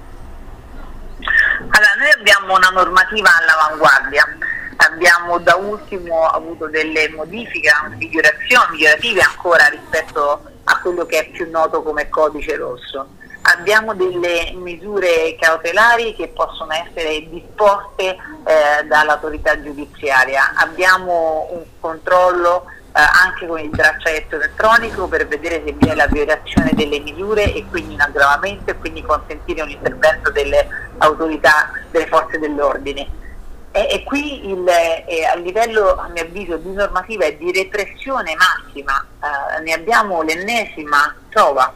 [SPEAKER 9] Allora, noi abbiamo una normativa all'avanguardia, abbiamo da ultimo avuto delle modifiche, migliorazioni, migliorative ancora rispetto a quello che è più noto come codice rosso. Abbiamo delle misure cautelari che possono essere disposte eh, dall'autorità giudiziaria, abbiamo un controllo eh, anche con il braccialetto elettronico per vedere se vi è la violazione delle misure e quindi un aggravamento e quindi consentire un intervento delle autorità, delle forze dell'ordine. E, e qui il, eh, a livello, a mio avviso, di normativa e di repressione massima eh, ne abbiamo l'ennesima prova.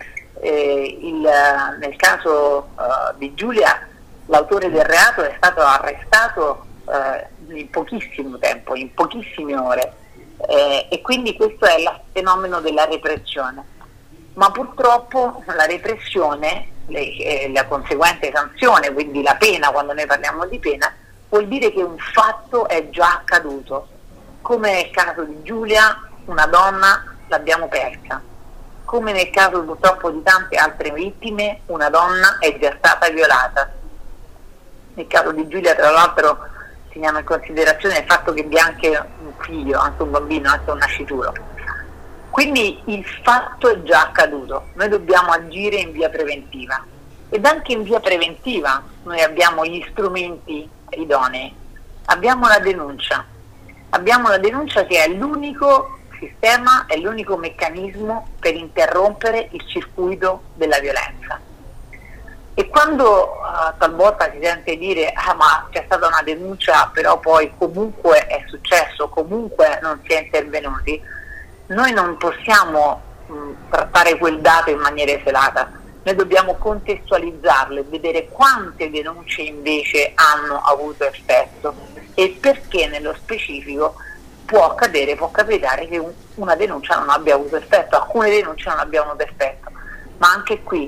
[SPEAKER 9] Eh, il, nel caso uh, di Giulia l'autore del reato è stato arrestato uh, in pochissimo tempo, in pochissime ore eh, e quindi questo è il fenomeno della repressione, ma purtroppo la repressione, le, eh, la conseguente sanzione, quindi la pena, quando noi parliamo di pena, vuol dire che un fatto è già accaduto, come nel caso di Giulia una donna l'abbiamo persa. Come nel caso purtroppo di tante altre vittime, una donna è già stata violata. Nel caso di Giulia, tra l'altro, teniamo in considerazione il fatto che vi è anche un figlio, anche un bambino, anche un nascituro. Quindi il fatto è già accaduto, noi dobbiamo agire in via preventiva. Ed anche in via preventiva noi abbiamo gli strumenti idonei. Abbiamo la denuncia. Abbiamo la denuncia che è l'unico sistema, è l'unico meccanismo per interrompere il circuito della violenza. E quando uh, talvolta si sente dire ah ma c'è stata una denuncia però poi comunque è successo, comunque non si è intervenuti, noi non possiamo mh, trattare quel dato in maniera isolata, noi dobbiamo contestualizzarlo e vedere quante denunce invece hanno avuto effetto e perché nello specifico può accadere, può capitare che un, una denuncia non abbia avuto effetto, alcune denunce non abbiano avuto effetto, ma anche qui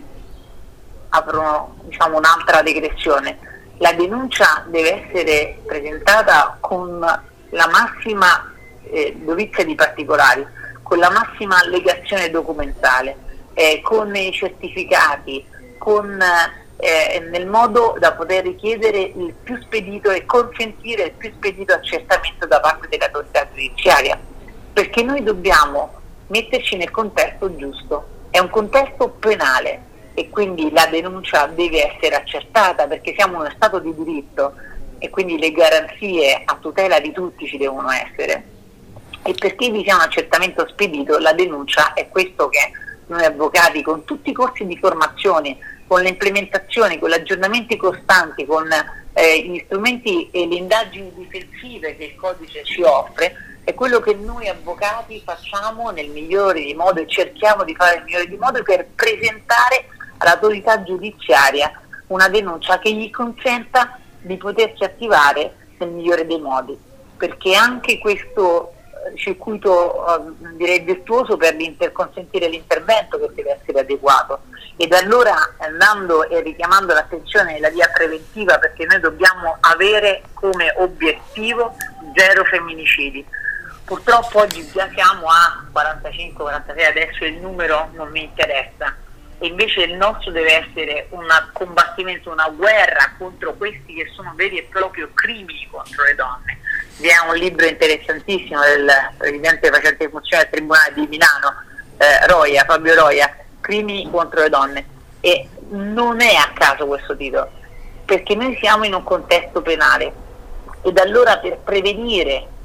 [SPEAKER 9] aprono diciamo, un'altra digressione. La denuncia deve essere presentata con la massima eh, dovizia di particolari, con la massima allegazione documentale, eh, con i certificati, con Eh, nel modo da poter richiedere il più spedito e consentire il più spedito accertamento da parte dell'autorità giudiziaria, perché noi dobbiamo metterci nel contesto giusto, è un contesto penale e quindi la denuncia deve essere accertata perché siamo in uno stato di diritto e quindi le garanzie a tutela di tutti ci devono essere, e perché vi sia un accertamento spedito la denuncia è questo che noi avvocati con tutti i corsi di formazione, con le implementazioni, con gli aggiornamenti costanti, con eh, gli strumenti e le indagini difensive che il codice ci offre, è quello che noi avvocati facciamo nel migliore di modo e cerchiamo di fare nel migliore di modo per presentare all'autorità giudiziaria una denuncia che gli consenta di potersi attivare nel migliore dei modi, perché anche questo circuito eh, direi virtuoso per l'inter- consentire l'intervento che deve essere adeguato. Ed allora, andando e richiamando l'attenzione nella via preventiva, perché noi dobbiamo avere come obiettivo zero femminicidi. Purtroppo oggi già siamo a quarantacinque quarantasei, adesso il numero non mi interessa, e invece il nostro deve essere un combattimento, una guerra contro questi che sono veri e propri crimini contro le donne. Vi è un libro interessantissimo del presidente facente funzione del Tribunale di Milano, eh, Roia, Fabio Roia, Crimini contro le donne, e non è a caso questo titolo, perché noi siamo in un contesto penale ed allora per prevenire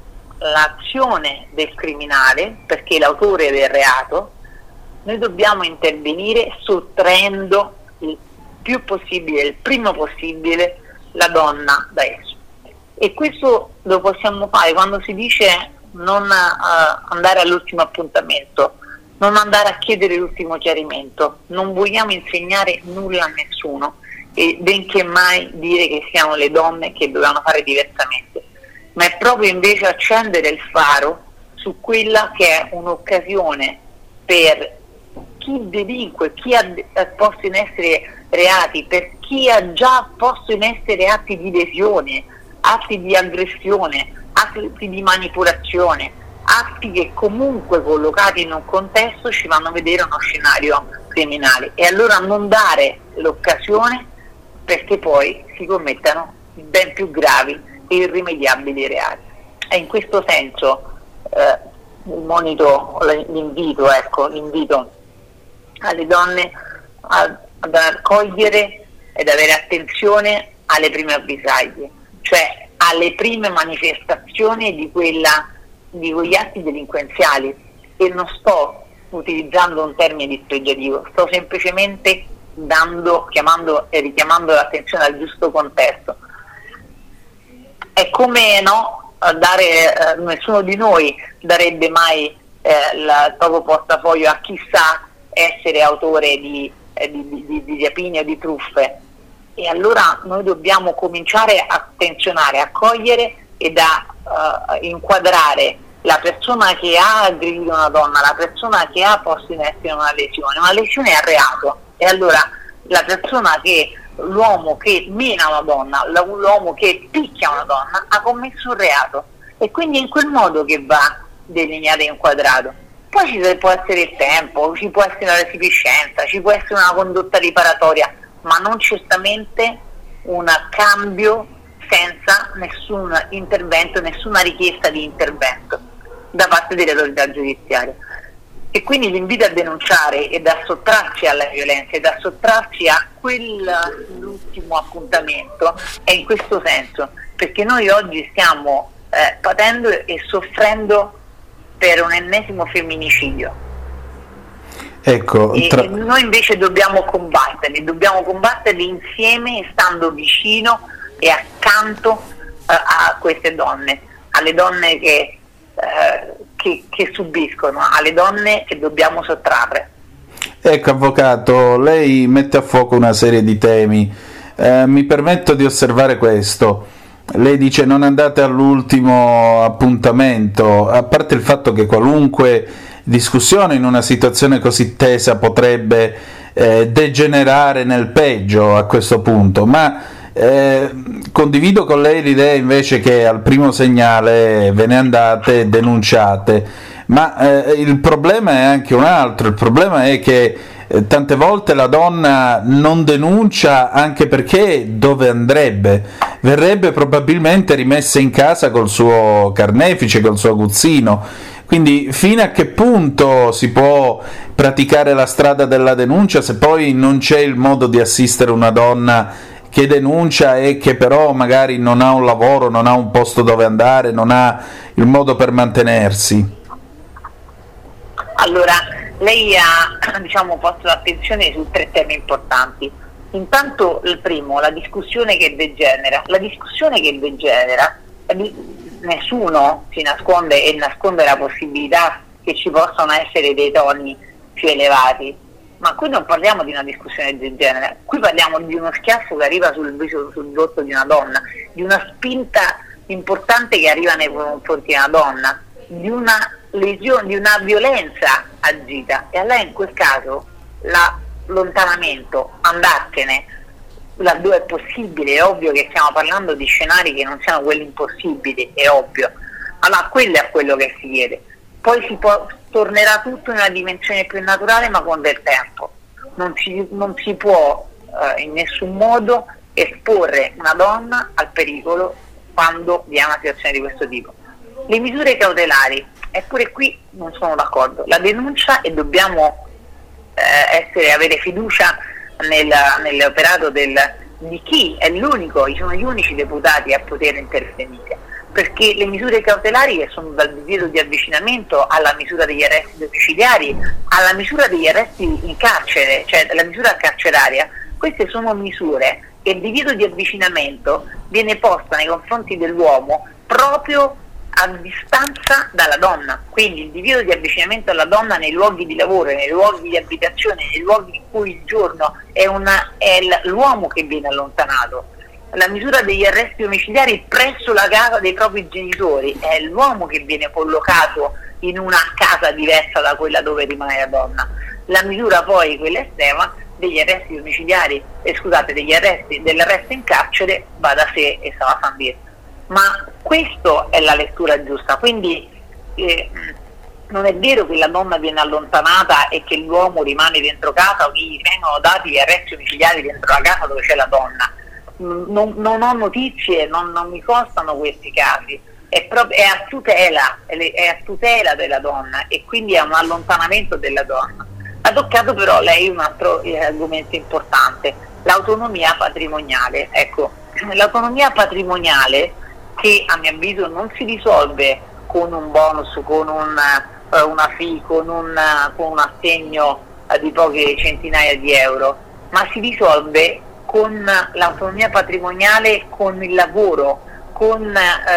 [SPEAKER 9] l'azione del criminale, perché è l'autore del reato, noi dobbiamo intervenire sottraendo il più possibile, il prima possibile, la donna da esso. E questo lo possiamo fare quando si dice non uh, andare all'ultimo appuntamento, non andare a chiedere l'ultimo chiarimento, non vogliamo insegnare nulla a nessuno, e benché mai dire che siano le donne che dovevano fare diversamente, ma è proprio invece accendere il faro su quella che è un'occasione per chi delinque, chi ha posto in essere reati, per chi ha già posto in essere atti di lesione, atti di aggressione, atti di manipolazione, atti che comunque collocati in un contesto ci fanno vedere uno scenario criminale, e allora non dare l'occasione perché poi si commettano ben più gravi e irrimediabili reati. E in questo senso eh, il monito, l'invito, ecco, l'invito alle donne a, ad accogliere ed avere attenzione alle prime avvisaglie, cioè alle prime manifestazioni di quella di quegli atti delinquenziali. E non sto utilizzando un termine dispregiativo, sto semplicemente dando, chiamando e richiamando l'attenzione al giusto contesto. È come no, dare, eh, nessuno di noi darebbe mai eh, la, il proprio portafoglio a chi sa essere autore di, eh, di, di, di rapine o di truffe, e allora noi dobbiamo cominciare a attenzionare, a cogliere ed a uh, inquadrare la persona che ha aggredito una donna, la persona che ha posto in essere una lesione. Una lesione è reato, e allora la persona che, l'uomo che mena una donna, l'uomo che picchia una donna ha commesso un reato, e quindi è in quel modo che va delineato e inquadrato. Poi ci può essere il tempo, ci può essere la resipiscenza, ci può essere una condotta riparatoria, ma non certamente un cambio senza nessun intervento, nessuna richiesta di intervento da parte delle autorità giudiziarie. E quindi l'invito a denunciare e da sottrarci alla violenza e da sottrarci a quell'ultimo appuntamento è in questo senso, perché noi oggi stiamo eh, patendo e soffrendo per un ennesimo femminicidio.
[SPEAKER 8] Ecco, tra...
[SPEAKER 9] e noi invece dobbiamo combatterli, dobbiamo combatterli insieme, stando vicino e accanto uh, a queste donne, alle donne che, uh, che, che subiscono, alle donne che dobbiamo sottrarre.
[SPEAKER 8] Ecco, avvocato, lei mette a fuoco una serie di temi, eh, mi permetto di osservare questo. Lei dice non andate all'ultimo appuntamento, a parte il fatto che qualunque discussione in una situazione così tesa potrebbe eh, degenerare nel peggio a questo punto, ma eh, condivido con lei l'idea invece che al primo segnale ve ne andate e denunciate, ma eh, il problema è anche un altro. Il problema è che eh, tante volte la donna non denuncia anche perché dove andrebbe? Verrebbe probabilmente rimessa in casa col suo carnefice, col suo aguzzino. Quindi fino a che punto si può praticare la strada della denuncia se poi non c'è il modo di assistere una donna che denuncia e che però magari non ha un lavoro, non ha un posto dove andare, non ha il modo per mantenersi?
[SPEAKER 9] Allora, lei ha, diciamo, posto l'attenzione su tre temi importanti. Intanto il primo, la discussione che degenera. La discussione che degenera, nessuno si nasconde e nasconde la possibilità che ci possano essere dei toni più elevati, ma qui non parliamo di una discussione del genere, qui parliamo di uno schiaffo che arriva sul viso, sul volto di una donna, di una spinta importante che arriva nei confronti di una donna, di una lesione, di una violenza agita, e allora in quel caso l'allontanamento, andartene laddove è possibile. È ovvio che stiamo parlando di scenari che non siano quelli impossibili, è ovvio, allora quello è quello che si chiede. Poi si può, tornerà tutto in una dimensione più naturale, ma con del tempo. Non si, non si può eh, in nessun modo esporre una donna al pericolo quando vi è una situazione di questo tipo. Le misure cautelari, eppure qui non sono d'accordo. La denuncia, e dobbiamo eh, essere, avere fiducia nel, nell'operato del, di chi è l'unico, sono gli unici deputati a poter intervenire. perché le misure cautelari, che sono dal divieto di avvicinamento alla misura degli arresti domiciliari, alla misura degli arresti in carcere, cioè la misura carceraria, queste sono misure che il divieto di avvicinamento viene posta nei confronti dell'uomo proprio a distanza dalla donna, quindi il divieto di avvicinamento alla donna nei luoghi di lavoro, nei luoghi di abitazione, nei luoghi in cui il giorno è, una, è l'uomo che viene allontanato. La misura degli arresti domiciliari presso la casa dei propri genitori, è l'uomo che viene collocato in una casa diversa da quella dove rimane la donna. La misura poi, quella estrema, degli arresti domiciliari, eh, scusate, degli arresti, dell'arresto in carcere va da sé e sa va a dire. Ma questa è la lettura giusta, quindi eh, non è vero che la donna viene allontanata e che l'uomo rimane dentro casa o che gli vengono dati gli arresti domiciliari dentro la casa dove c'è la donna. Non, non ho notizie, non, non mi costano questi casi, è, proprio, è, a tutela, è a tutela della donna e quindi è un allontanamento della donna. Ha toccato però lei un altro eh, argomento importante, l'autonomia patrimoniale. Ecco, l'autonomia patrimoniale, che a mio avviso non si risolve con un bonus, con un, uh, una F I, con un, uh, con un assegno uh, di poche centinaia di euro, ma si risolve con l'autonomia patrimoniale, con il lavoro, con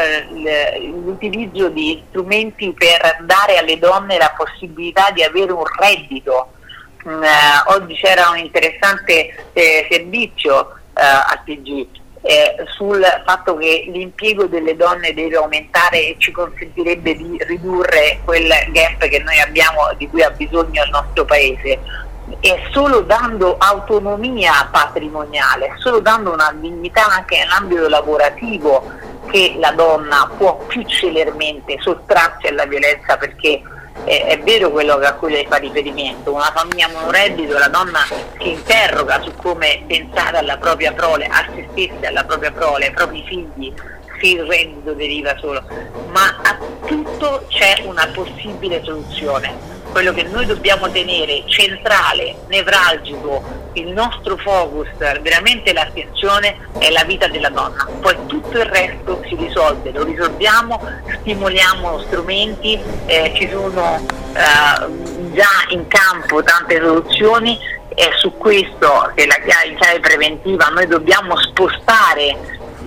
[SPEAKER 9] eh, l'utilizzo di strumenti per dare alle donne la possibilità di avere un reddito. Mm, eh, oggi c'era un interessante eh, servizio eh, a T G eh, sul fatto che l'impiego delle donne deve aumentare e ci consentirebbe di ridurre quel gap che noi abbiamo, di cui ha bisogno il nostro paese. È solo dando autonomia patrimoniale, solo dando una dignità anche nell'ambito lavorativo che la donna può più celermente sottrarsi alla violenza, perché eh, è vero quello a cui lei fa riferimento, una famiglia monoreddito, la donna si interroga su come pensare alla propria prole, a se stessa, alla propria prole, ai propri figli, se il reddito deriva solo, ma a tutto c'è una possibile soluzione. Quello che noi dobbiamo tenere centrale, nevralgico, il nostro focus, veramente l'attenzione, è la vita della donna. Poi tutto il resto si risolve, lo risolviamo, stimoliamo strumenti, eh, ci sono eh, già in campo tante soluzioni. È su questo che la chiave, in chiave preventiva noi dobbiamo spostare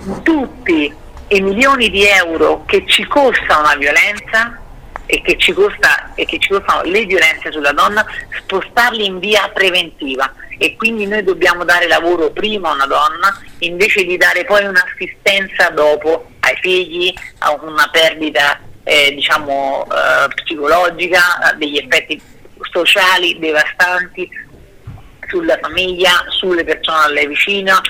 [SPEAKER 9] tutti i milioni di euro che ci costa una violenza e che ci costa e che ci costano le violenze sulla donna, spostarli in via preventiva, e quindi noi dobbiamo dare lavoro prima a una donna invece di dare poi un'assistenza dopo ai figli, a una perdita eh, diciamo eh, psicologica, degli effetti sociali devastanti sulla famiglia, sulle persone a lei vicino.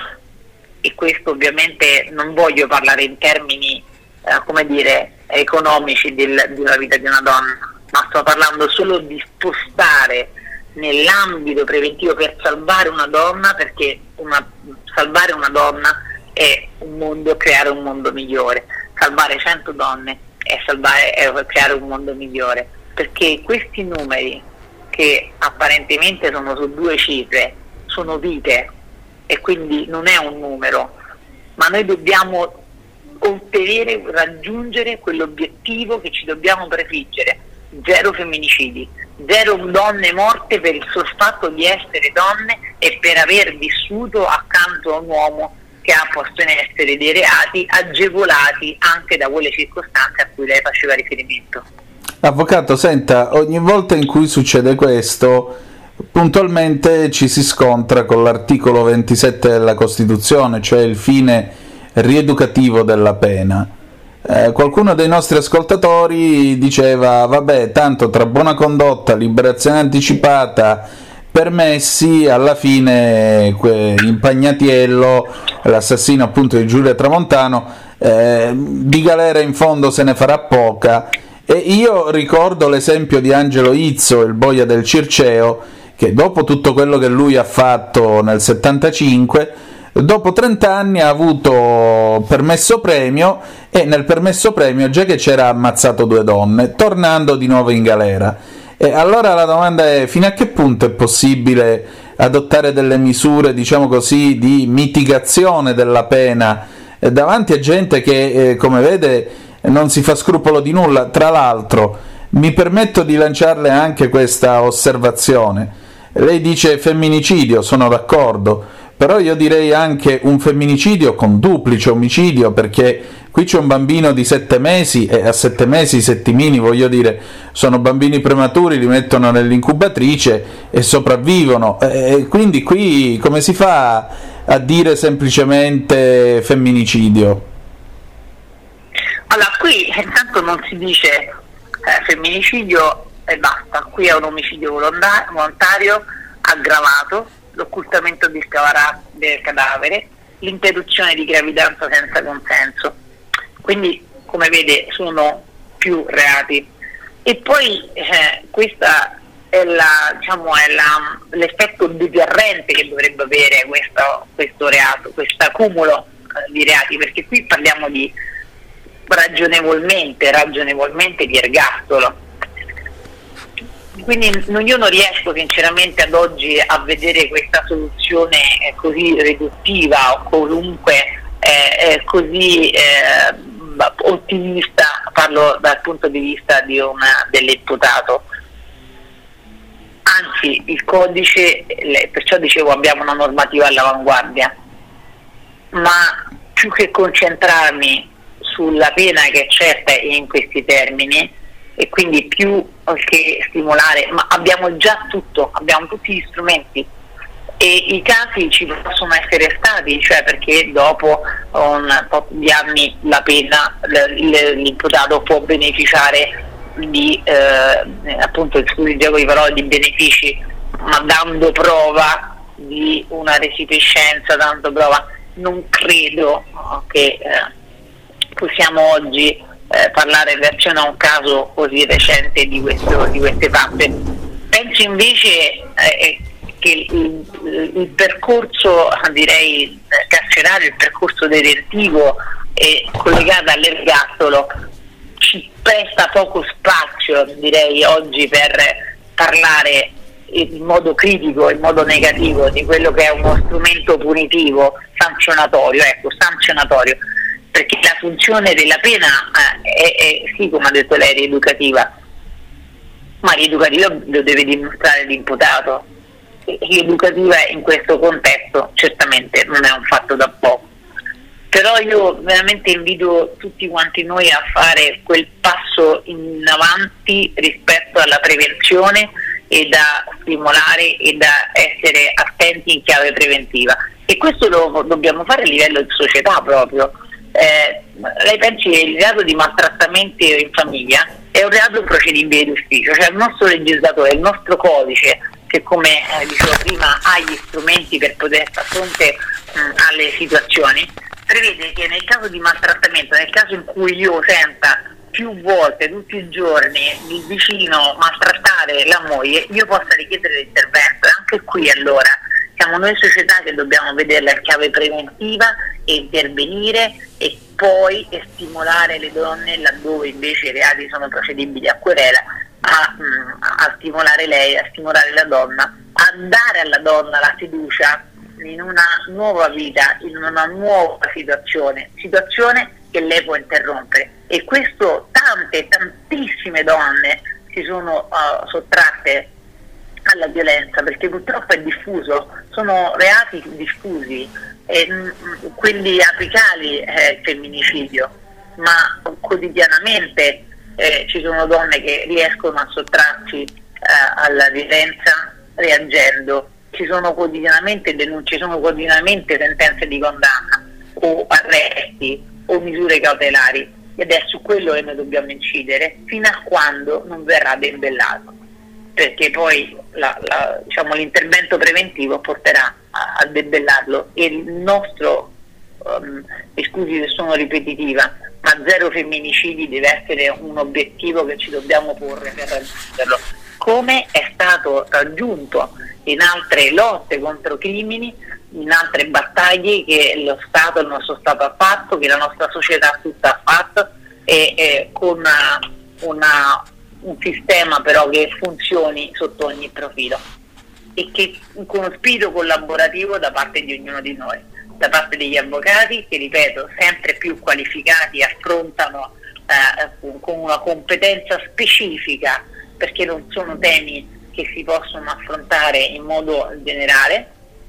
[SPEAKER 9] E questo ovviamente non voglio parlare in termini eh, come dire economici del, di una vita di una donna, ma sto parlando solo di spostare nell'ambito preventivo per salvare una donna, perché una, salvare una donna è un mondo, creare un mondo migliore. Salvare cento donne è, salvare, è creare un mondo migliore, perché questi numeri che apparentemente sono su due cifre sono vite, e quindi non è un numero, ma noi dobbiamo ottenere, raggiungere quell'obiettivo che ci dobbiamo prefiggere: zero femminicidi, zero donne morte per il sol fatto di essere donne e per aver vissuto accanto a un uomo che ha posto in essere dei reati agevolati anche da quelle circostanze a cui lei faceva riferimento.
[SPEAKER 8] Avvocato, senta, ogni volta in cui succede questo, puntualmente ci si scontra con l'articolo ventisette della Costituzione, cioè il fine rieducativo della pena. Eh, qualcuno dei nostri ascoltatori diceva: vabbè, tanto tra buona condotta, liberazione anticipata, permessi, alla fine que- Impagnatiello, l'assassino appunto di Giulia Tramontano, eh, di galera in fondo se ne farà poca. E io ricordo l'esempio di Angelo Izzo, il boia del Circeo, che dopo tutto quello che lui ha fatto nel settantacinque, dopo trenta anni ha avuto permesso premio, e nel permesso premio già che c'era ammazzato due donne, tornando di nuovo in galera. E allora la domanda è: fino a che punto è possibile adottare delle misure, diciamo così, di mitigazione della pena eh, davanti a gente che, eh, come vede, non si fa scrupolo di nulla. Tra l'altro mi permetto di lanciarle anche questa osservazione. Lei dice femminicidio, sono d'accordo, però io direi anche un femminicidio con duplice omicidio, perché qui c'è un bambino di sette mesi e a sette mesi i settimini, voglio dire, sono bambini prematuri, li mettono nell'incubatrice e sopravvivono, e quindi qui come si fa a dire semplicemente femminicidio?
[SPEAKER 9] Allora, qui intanto non si dice eh, femminicidio e basta, qui è un omicidio volontario aggravato, l'occultamento di scavara del cadavere, l'interruzione di gravidanza senza consenso, quindi come vede sono più reati. E poi eh, questa è, la, diciamo, è la, l'effetto deterrente che dovrebbe avere questo, questo reato, questo accumulo eh, di reati, perché qui parliamo di ragionevolmente, ragionevolmente di ergastolo. Quindi io non riesco sinceramente ad oggi a vedere questa soluzione così riduttiva o comunque eh, così eh, ottimista, parlo dal punto di vista di una, dell'imputato. Anzi, il codice, perciò dicevo abbiamo una normativa all'avanguardia, ma più che concentrarmi sulla pena che è certa in questi termini, e quindi più che stimolare, ma abbiamo già tutto, abbiamo tutti gli strumenti e i casi ci possono essere stati, cioè perché dopo un po' di anni la pena, l'imputato può beneficiare di eh, appunto, scusi il gioco di parole, di benefici, ma dando prova di una resipiscenza, dando prova. Non credo che eh, possiamo oggi Eh, parlare in relazione a un caso così recente di, questo, di queste tappe. Penso invece eh, che il, il, il percorso, direi, carcerario, il percorso detentivo e collegato all'ergastolo ci presta poco spazio, direi, oggi per parlare in modo critico, in modo negativo di quello che è uno strumento punitivo, sanzionatorio, ecco, sanzionatorio. Perché la funzione della pena eh, è, è, sì, come ha detto lei, rieducativa, ma rieducativa lo deve dimostrare l'imputato. Rieducativa in questo contesto certamente non è un fatto da poco. Però io veramente invito tutti quanti noi a fare quel passo in avanti rispetto alla prevenzione e da stimolare e da essere attenti in chiave preventiva. E questo lo dobbiamo fare a livello di società proprio. Eh, lei pensi che il reato di maltrattamento in famiglia è un reato procedibile d'ufficio, cioè il nostro legislatore, il nostro codice, che come eh, dicevo prima ha gli strumenti per poter far fronte mh, alle situazioni, prevede che nel caso di maltrattamento, nel caso in cui io senta più volte, tutti i giorni, il vicino maltrattare la moglie, io possa richiedere l'intervento. E anche qui allora siamo noi società che dobbiamo vederla in chiave preventiva e intervenire e poi e stimolare le donne, laddove invece i reati sono procedibili a querela, a, a stimolare lei, a stimolare la donna, a dare alla donna la fiducia in una nuova vita, in una nuova situazione, situazione che lei può interrompere. E questo tante, tantissime donne si sono uh, sottratte alla violenza, perché purtroppo è diffuso, sono reati diffusi, e, mh, quelli apicali è il femminicidio, ma quotidianamente eh, ci sono donne che riescono a sottrarsi eh, alla violenza reagendo, ci sono quotidianamente denunce, ci sono quotidianamente sentenze di condanna o arresti o misure cautelari, ed è su quello che noi dobbiamo incidere fino a quando non verrà debellato, perché poi la, la, diciamo, l'intervento preventivo porterà a, a debellarlo. E il nostro, um, scusi se sono ripetitiva, ma zero femminicidi deve essere un obiettivo che ci dobbiamo porre per raggiungerlo, come è stato raggiunto in altre lotte contro crimini, in altre battaglie che lo Stato, il nostro Stato ha fatto, che la nostra società tutta ha fatto, e, e con una, una un sistema però che funzioni sotto ogni profilo e che con uno spirito collaborativo da parte di ognuno di noi, da parte degli avvocati che, ripeto, sempre più qualificati affrontano eh, con una competenza specifica, perché non sono temi che si possono affrontare in modo generale,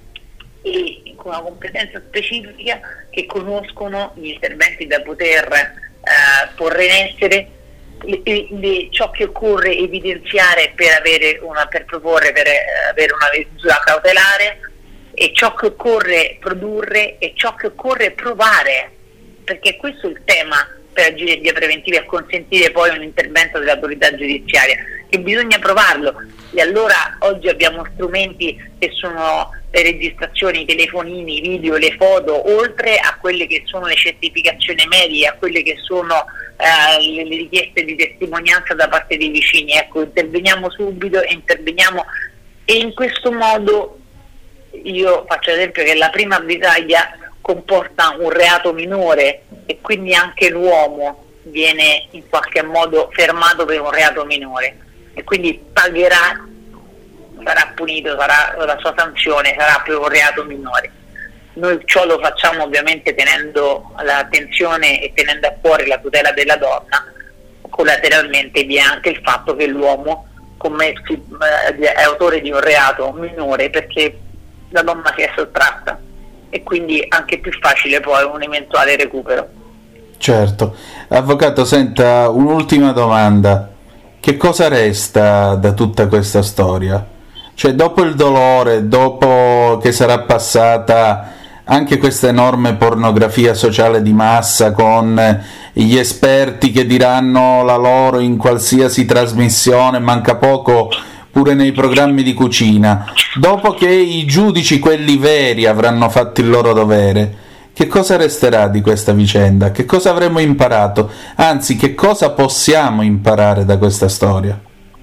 [SPEAKER 9] e con una competenza specifica, che conoscono gli interventi da poter eh, porre in essere, le, le, ciò che occorre evidenziare per, avere una, per proporre per eh, avere una misura cautelare, e ciò che occorre produrre e ciò che occorre provare, perché questo è il tema per agire in via preventiva e consentire poi un intervento dell'autorità giudiziaria, che bisogna provarlo. E allora oggi abbiamo strumenti che sono le registrazioni, i telefonini, i video, le foto, oltre a quelle che sono le certificazioni mediche, a quelle che sono eh, le, le richieste di testimonianza da parte dei vicini. Ecco, interveniamo subito e interveniamo, e in questo modo io faccio esempio che la prima avvisaglia comporta un reato minore, e quindi anche l'uomo viene in qualche modo fermato per un reato minore, e quindi pagherà, sarà punito, sarà, la sua sanzione sarà per un reato minore. Noi ciò lo facciamo ovviamente tenendo l'attenzione e tenendo a cuore la tutela della donna. Collateralmente vi è anche il fatto che l'uomo commessi, eh, è autore di un reato minore, perché la donna si è sottratta, e quindi anche più facile poi un eventuale recupero.
[SPEAKER 8] Certo. Avvocato, senta, un'ultima domanda. Che cosa resta da tutta questa storia? Cioè, dopo il dolore, dopo che sarà passata anche questa enorme pornografia sociale di massa, con gli esperti che diranno la loro in qualsiasi trasmissione, manca poco pure nei programmi di cucina, dopo che i giudici, quelli veri, avranno fatto il loro dovere, che cosa resterà di questa vicenda? Che cosa avremo imparato? Anzi, che cosa possiamo imparare da questa storia?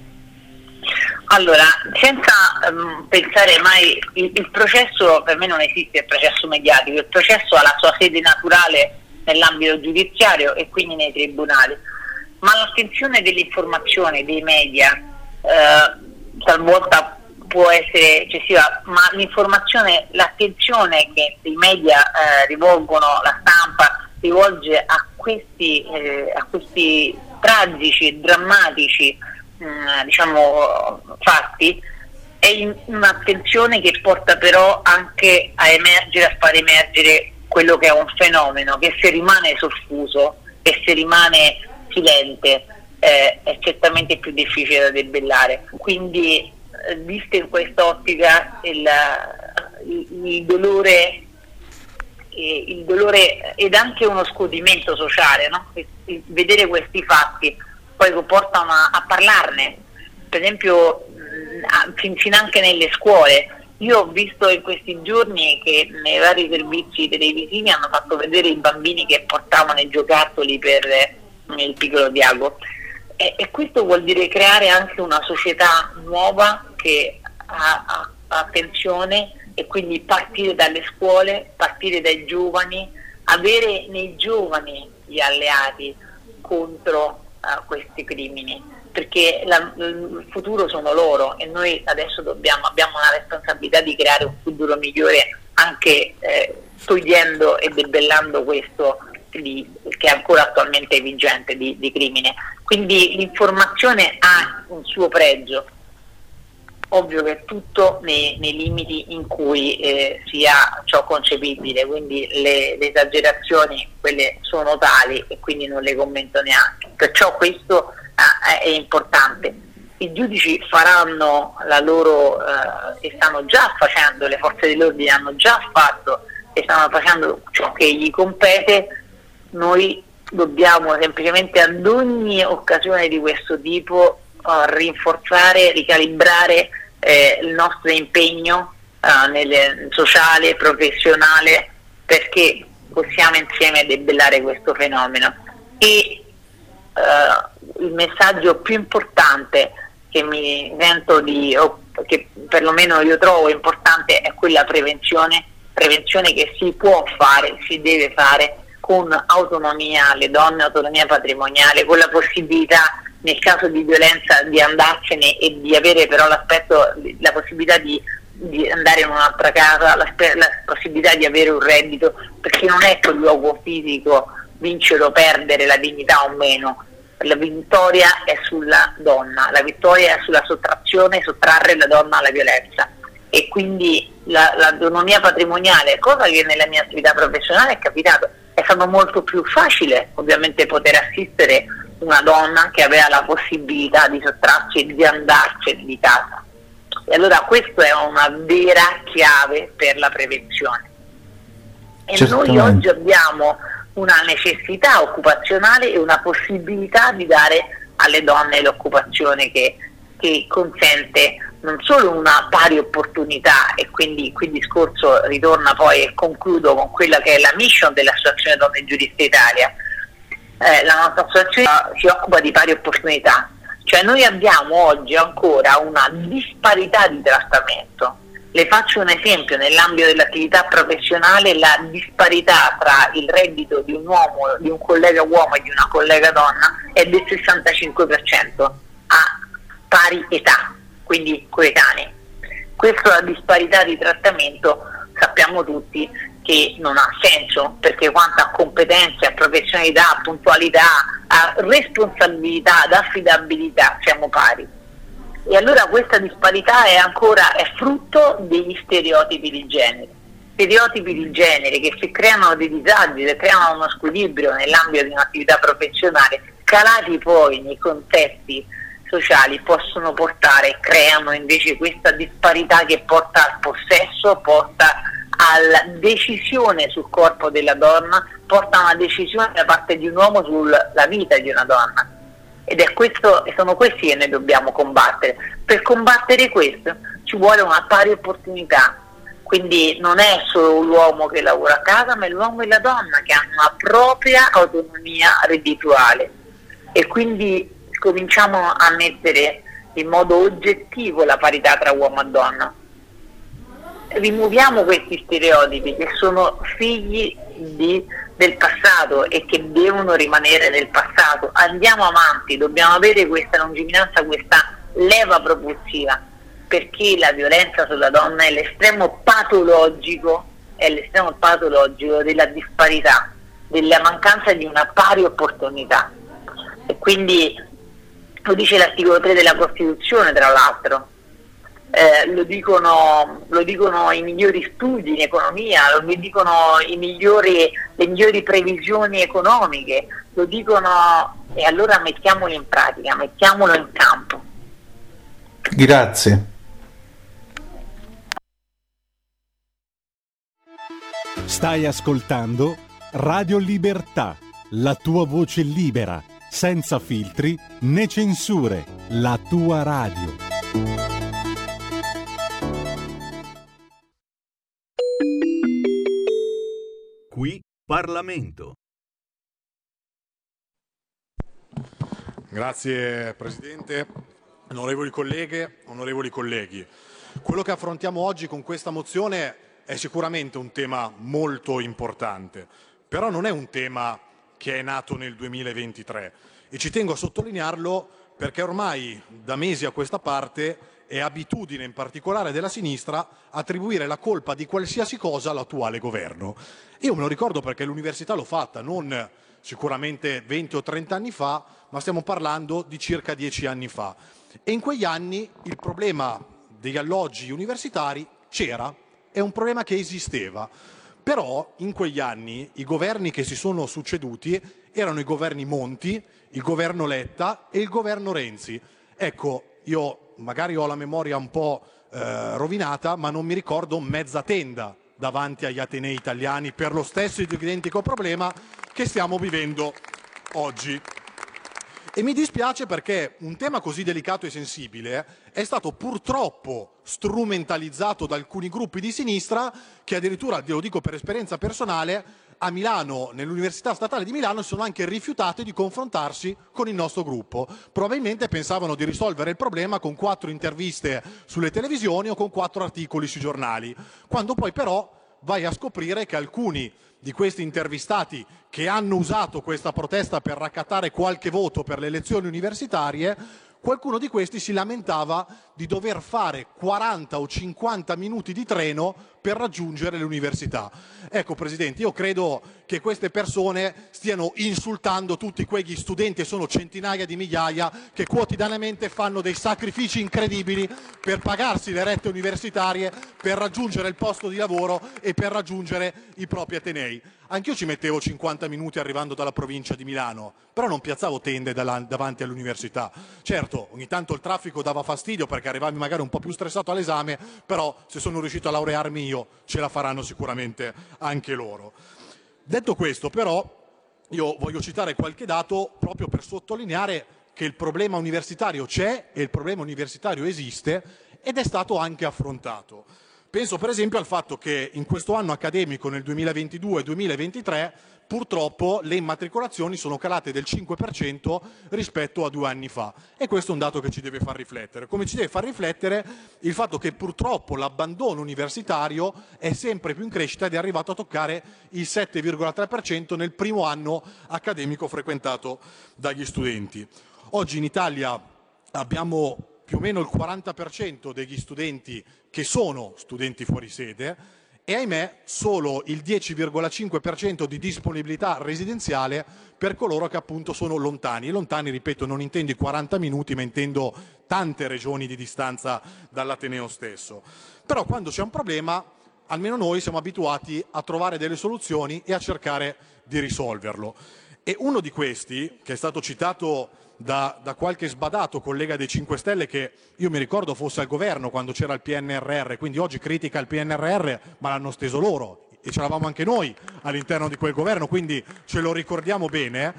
[SPEAKER 9] Allora, senza um, pensare mai, il, il processo, per me non esiste il processo mediatico, il processo ha la sua sede naturale nell'ambito giudiziario e quindi nei tribunali, ma l'attenzione dell'informazione, dei media, eh, talvolta può essere eccessiva, ma l'informazione, l'attenzione che i media eh, rivolgono, la stampa rivolge a questi, eh, a questi tragici, drammatici mh, diciamo fatti, è in, un'attenzione che porta però anche a emergere, a far emergere quello che è un fenomeno che, se rimane soffuso e se rimane silente, eh, è certamente più difficile da debellare. Quindi, visto in quest'ottica, il, il, il dolore il dolore ed anche uno scudimento sociale, no? Vedere questi fatti poi portano a, a parlarne, per esempio fin, fin anche nelle scuole. Io ho visto in questi giorni che nei vari servizi televisivi hanno fatto vedere i bambini che portavano i giocattoli per il piccolo Diago, e, e questo vuol dire creare anche una società nuova che ha, ha attenzione, e quindi partire dalle scuole, partire dai giovani, avere nei giovani gli alleati contro uh, questi crimini, perché la, il futuro sono loro, e noi adesso dobbiamo, abbiamo una responsabilità di creare un futuro migliore, anche eh, togliendo e debellando questo di, che è ancora attualmente vigente di, di crimine. Quindi l'informazione ha un suo pregio. Ovvio che tutto nei, nei limiti in cui eh, sia ciò concepibile, quindi le, le esagerazioni, quelle sono tali e quindi non le commento neanche. Perciò questo eh, è importante. I giudici faranno la loro, eh, e stanno già facendo, le forze dell'ordine hanno già fatto e stanno facendo ciò che gli compete. Noi dobbiamo semplicemente ad ogni occasione di questo tipo Uh, rinforzare, ricalibrare eh, il nostro impegno uh, nel sociale, professionale, perché possiamo insieme debellare questo fenomeno. E uh, il messaggio più importante che mi sento di, o che perlomeno io trovo importante, è quella prevenzione, prevenzione che si può fare, si deve fare con autonomia alle donne, autonomia patrimoniale, con la possibilità nel caso di violenza di andarsene e di avere però l'aspetto, la possibilità di, di andare in un'altra casa, la, la possibilità di avere un reddito, perché non è quel luogo fisico vincere o perdere la dignità o meno. La vittoria è sulla donna, la vittoria è sulla sottrazione, sottrarre la donna alla violenza. E quindi la, l'autonomia patrimoniale, cosa che nella mia attività professionale è capitato, è stato molto più facile ovviamente poter assistere una donna che aveva la possibilità di sottrarsi e di andarcene di casa. E allora questa è una vera chiave per la prevenzione. E
[SPEAKER 8] Certamente.
[SPEAKER 9] Noi oggi abbiamo una necessità occupazionale e una possibilità di dare alle donne l'occupazione che, che consente non solo una pari opportunità, e quindi qui il discorso ritorna poi e concludo con quella che è la mission dell'Associazione Donne Giuriste Italia. Eh, la nostra associazione si occupa di pari opportunità, cioè noi abbiamo oggi ancora una disparità di trattamento. Le faccio un esempio: nell'ambito dell'attività professionale la disparità tra il reddito di un uomo, di un collega uomo e di una collega donna è del sessantacinque per cento a pari età, quindi coetanei. Questa disparità di trattamento sappiamo tutti che non ha senso, perché quanto a competenze, a professionalità, a puntualità, a responsabilità, ad affidabilità siamo pari. E allora questa disparità è ancora è frutto degli stereotipi di genere. Stereotipi di genere che si creano dei disagi, che creano uno squilibrio nell'ambito di un'attività professionale, calati poi nei contesti sociali, possono portare, creano invece questa disparità che porta al possesso, porta alla decisione sul corpo della donna, porta a una decisione da parte di un uomo sulla vita di una donna. Ed è questo, e sono questi che noi dobbiamo combattere. Per combattere questo ci vuole una pari opportunità, quindi non è solo l'uomo che lavora a casa, ma è l'uomo e la donna che hanno una propria autonomia reddituale, e quindi cominciamo a mettere in modo oggettivo la parità tra uomo e donna. Rimuoviamo questi stereotipi che sono figli di, del passato e che devono rimanere nel passato. Andiamo avanti, dobbiamo avere questa lungimiranza, questa leva propulsiva, perché la violenza sulla donna è l'estremo patologico, è l'estremo patologico della disparità, della mancanza di una pari opportunità. E quindi lo dice l'articolo tre della Costituzione, tra l'altro. Eh, lo, dicono, lo dicono i migliori studi in economia, lo dicono i migliori, le migliori previsioni economiche, lo dicono, e allora mettiamolo in pratica, mettiamolo in campo.
[SPEAKER 8] Grazie.
[SPEAKER 1] Stai ascoltando Radio Libertà, la tua voce libera, senza filtri né censure, la tua radio.
[SPEAKER 10] Qui Parlamento.
[SPEAKER 11] Grazie Presidente, onorevoli colleghe, onorevoli colleghi. Quello che affrontiamo oggi con questa mozione è sicuramente un tema molto importante, però non è un tema che è nato nel duemilaventitré, e ci tengo a sottolinearlo perché ormai da mesi a questa parte è abitudine, in particolare della sinistra, attribuire la colpa di qualsiasi cosa all'attuale governo. Io me lo ricordo perché l'università l'ho fatta, non sicuramente venti o trenta anni fa, ma stiamo parlando di circa dieci anni fa. E in quegli anni il problema degli alloggi universitari c'era, è un problema che esisteva. Però in quegli anni i governi che si sono succeduti erano i governi Monti, il governo Letta e il governo Renzi. Ecco, io magari ho la memoria un po' eh, rovinata, ma non mi ricordo mezza tenda davanti agli atenei italiani per lo stesso identico problema che stiamo vivendo oggi. E mi dispiace perché un tema così delicato e sensibile è stato purtroppo strumentalizzato da alcuni gruppi di sinistra che addirittura, lo dico per esperienza personale, a Milano, nell'Università Statale di Milano, si sono anche rifiutati di confrontarsi con il nostro gruppo. Probabilmente pensavano di risolvere il problema con quattro interviste sulle televisioni o con quattro articoli sui giornali, quando poi però vai a scoprire che alcuni di questi intervistati che hanno usato questa protesta per raccattare qualche voto per le elezioni universitarie, qualcuno di questi si lamentava di dover fare quaranta o cinquanta minuti di treno per raggiungere l'università. Ecco Presidente, io credo che queste persone stiano insultando tutti quegli studenti, e sono centinaia di migliaia, che quotidianamente fanno dei sacrifici incredibili per pagarsi le rette universitarie, per raggiungere il posto di lavoro e per raggiungere i propri atenei. Anch'io ci mettevo cinquanta minuti arrivando dalla provincia di Milano, però non piazzavo tende davanti all'università. Certo, ogni tanto il traffico dava fastidio perché arrivavi magari un po' più stressato all'esame, però se sono riuscito a laurearmi io, ce la faranno sicuramente anche loro. Detto questo, però, io voglio citare qualche dato proprio per sottolineare che il problema universitario c'è e il problema universitario esiste ed è stato anche affrontato. Penso per esempio al fatto che in questo anno accademico, nel duemilaventidue duemilaventitré, purtroppo le immatricolazioni sono calate del cinque per cento rispetto a due anni fa, e questo è un dato che ci deve far riflettere. Come ci deve far riflettere il fatto che purtroppo l'abbandono universitario è sempre più in crescita ed è arrivato a toccare il sette virgola tre per cento nel primo anno accademico frequentato dagli studenti. Oggi in Italia abbiamo più o meno il quaranta per cento degli studenti che sono studenti fuori sede e, ahimè, solo il dieci virgola cinque per cento di disponibilità residenziale per coloro che appunto sono lontani. E lontani, ripeto, non intendo i quaranta minuti, ma intendo tante regioni di distanza dall'Ateneo stesso. Però quando c'è un problema, almeno noi siamo abituati a trovare delle soluzioni e a cercare di risolverlo. E uno di questi, che è stato citato Da, da qualche sbadato collega dei cinque Stelle, che io mi ricordo fosse al governo quando c'era il P N R R, quindi oggi critica il P N R R, ma l'hanno steso loro e c'eravamo anche noi all'interno di quel governo, quindi ce lo ricordiamo bene.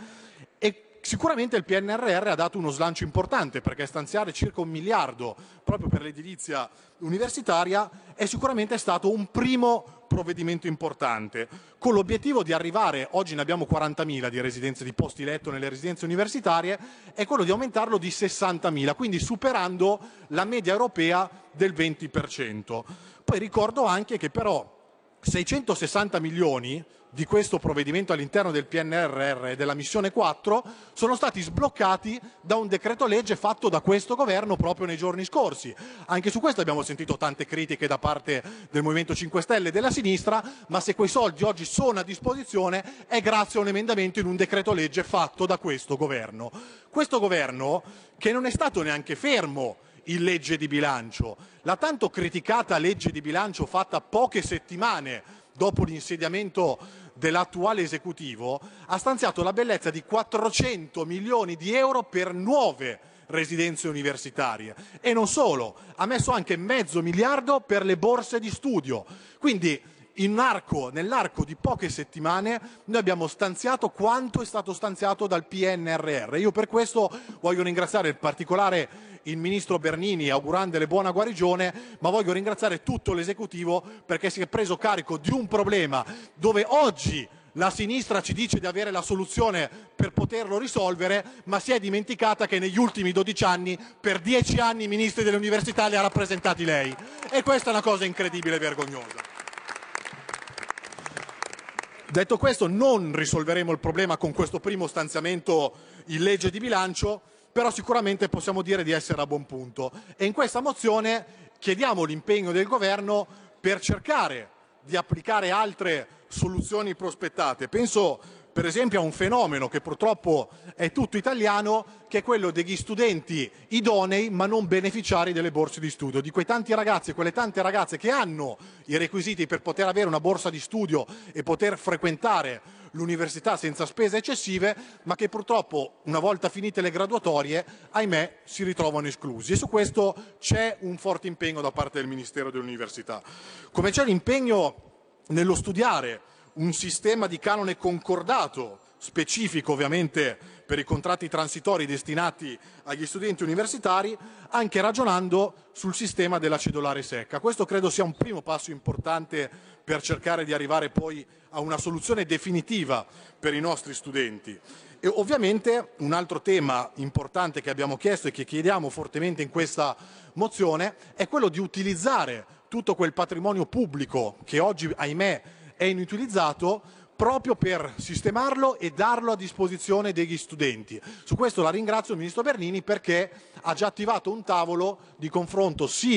[SPEAKER 11] E sicuramente il P N R R ha dato uno slancio importante, perché stanziare circa un miliardo proprio per l'edilizia universitaria è sicuramente stato un primo provvedimento importante, con l'obiettivo di arrivare, oggi ne abbiamo quarantamila di residenze, di posti letto nelle residenze universitarie, è quello di aumentarlo di sessantamila, quindi superando la media europea del venti per cento. Poi ricordo anche che però seicentosessanta milioni di questo provvedimento all'interno del P N R R e della missione quattro sono stati sbloccati da un decreto legge fatto da questo governo proprio nei giorni scorsi. Anche su questo abbiamo sentito tante critiche da parte del Movimento cinque Stelle e della sinistra, ma se quei soldi oggi sono a disposizione è grazie a un emendamento in un decreto legge fatto da questo governo. Questo governo, che non è stato neanche fermo in legge di bilancio, la tanto criticata legge di bilancio fatta poche settimane dopo l'insediamento dell'attuale esecutivo, ha stanziato la bellezza di quattrocento milioni di euro per nuove residenze universitarie. E non solo, ha messo anche mezzo miliardo per le borse di studio. Quindi in arco, nell'arco di poche settimane noi abbiamo stanziato quanto è stato stanziato dal P N R R. Io per questo voglio ringraziare in particolare il ministro Bernini, augurandole buona guarigione, ma voglio ringraziare tutto l'esecutivo perché si è preso carico di un problema dove oggi la sinistra ci dice di avere la soluzione per poterlo risolvere, ma si è dimenticata che negli ultimi dodici anni, per dieci anni, i ministri delle università li ha rappresentati lei. E questa è una cosa incredibile e vergognosa. Detto questo, non risolveremo il problema con questo primo stanziamento in legge di bilancio, però sicuramente possiamo dire di essere a buon punto. E in questa mozione chiediamo l'impegno del governo per cercare di applicare altre soluzioni prospettate. Penso per esempio a un fenomeno che purtroppo è tutto italiano, che è quello degli studenti idonei ma non beneficiari delle borse di studio, di quei tanti ragazzi e quelle tante ragazze che hanno i requisiti per poter avere una borsa di studio e poter frequentare l'università senza spese eccessive, ma che purtroppo una volta finite le graduatorie, ahimè, si ritrovano esclusi. E su questo c'è un forte impegno da parte del Ministero dell'Università. Come c'è l'impegno nello studiare un sistema di canone concordato, specifico ovviamente per i contratti transitori destinati agli studenti universitari, anche ragionando sul sistema della cedolare secca. Questo credo sia un primo passo importante per cercare di arrivare poi a una soluzione definitiva per i nostri studenti. E ovviamente un altro tema importante che abbiamo chiesto e che chiediamo fortemente in questa mozione è quello di utilizzare tutto quel patrimonio pubblico che oggi, ahimè, è inutilizzato, proprio per sistemarlo e darlo a disposizione degli studenti. Su questo la ringrazio il Ministro Bernini perché ha già attivato un tavolo di confronto sia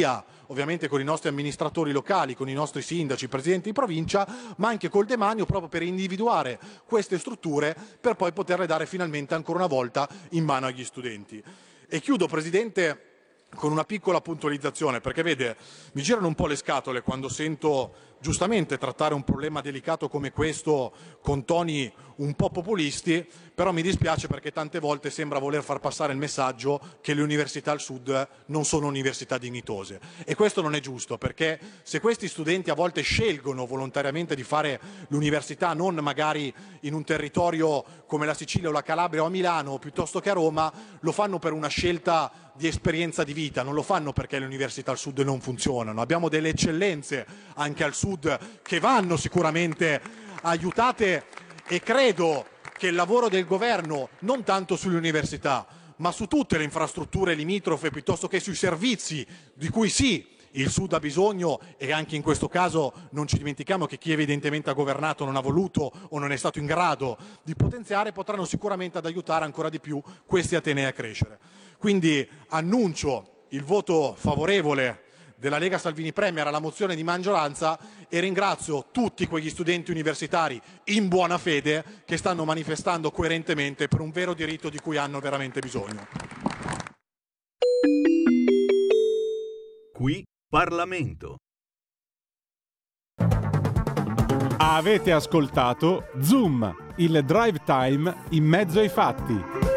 [SPEAKER 11] ovviamente con i nostri amministratori locali, con i nostri sindaci, presidenti di provincia, ma anche col demanio, proprio per individuare queste strutture per poi poterle dare finalmente ancora una volta in mano agli studenti. E chiudo, Presidente, con una piccola puntualizzazione, perché vede, mi girano un po' le scatole quando sento giustamente trattare un problema delicato come questo con toni un po' populisti, però mi dispiace perché tante volte sembra voler far passare il messaggio che le università al sud non sono università dignitose, e questo non è giusto, perché se questi studenti a volte scelgono volontariamente di fare l'università non magari in un territorio come la Sicilia o la Calabria o a Milano piuttosto che a Roma, lo fanno per una scelta di esperienza di vita, non lo fanno perché le università al sud non funzionano. Abbiamo delle eccellenze anche al sud che vanno sicuramente aiutate, e credo che il lavoro del governo, non tanto sulle università, ma su tutte le infrastrutture limitrofe piuttosto che sui servizi di cui sì, il Sud ha bisogno, e anche in questo caso non ci dimentichiamo che chi evidentemente ha governato non ha voluto o non è stato in grado di potenziare, potranno sicuramente ad aiutare ancora di più questi atenei a crescere. Quindi annuncio il voto favorevole della Lega Salvini Premier alla mozione di maggioranza e ringrazio tutti quegli studenti universitari in buona fede che stanno manifestando coerentemente per un vero diritto di cui hanno veramente bisogno.
[SPEAKER 10] Qui Parlamento.
[SPEAKER 1] Avete ascoltato Zoom, il drive time in mezzo ai fatti.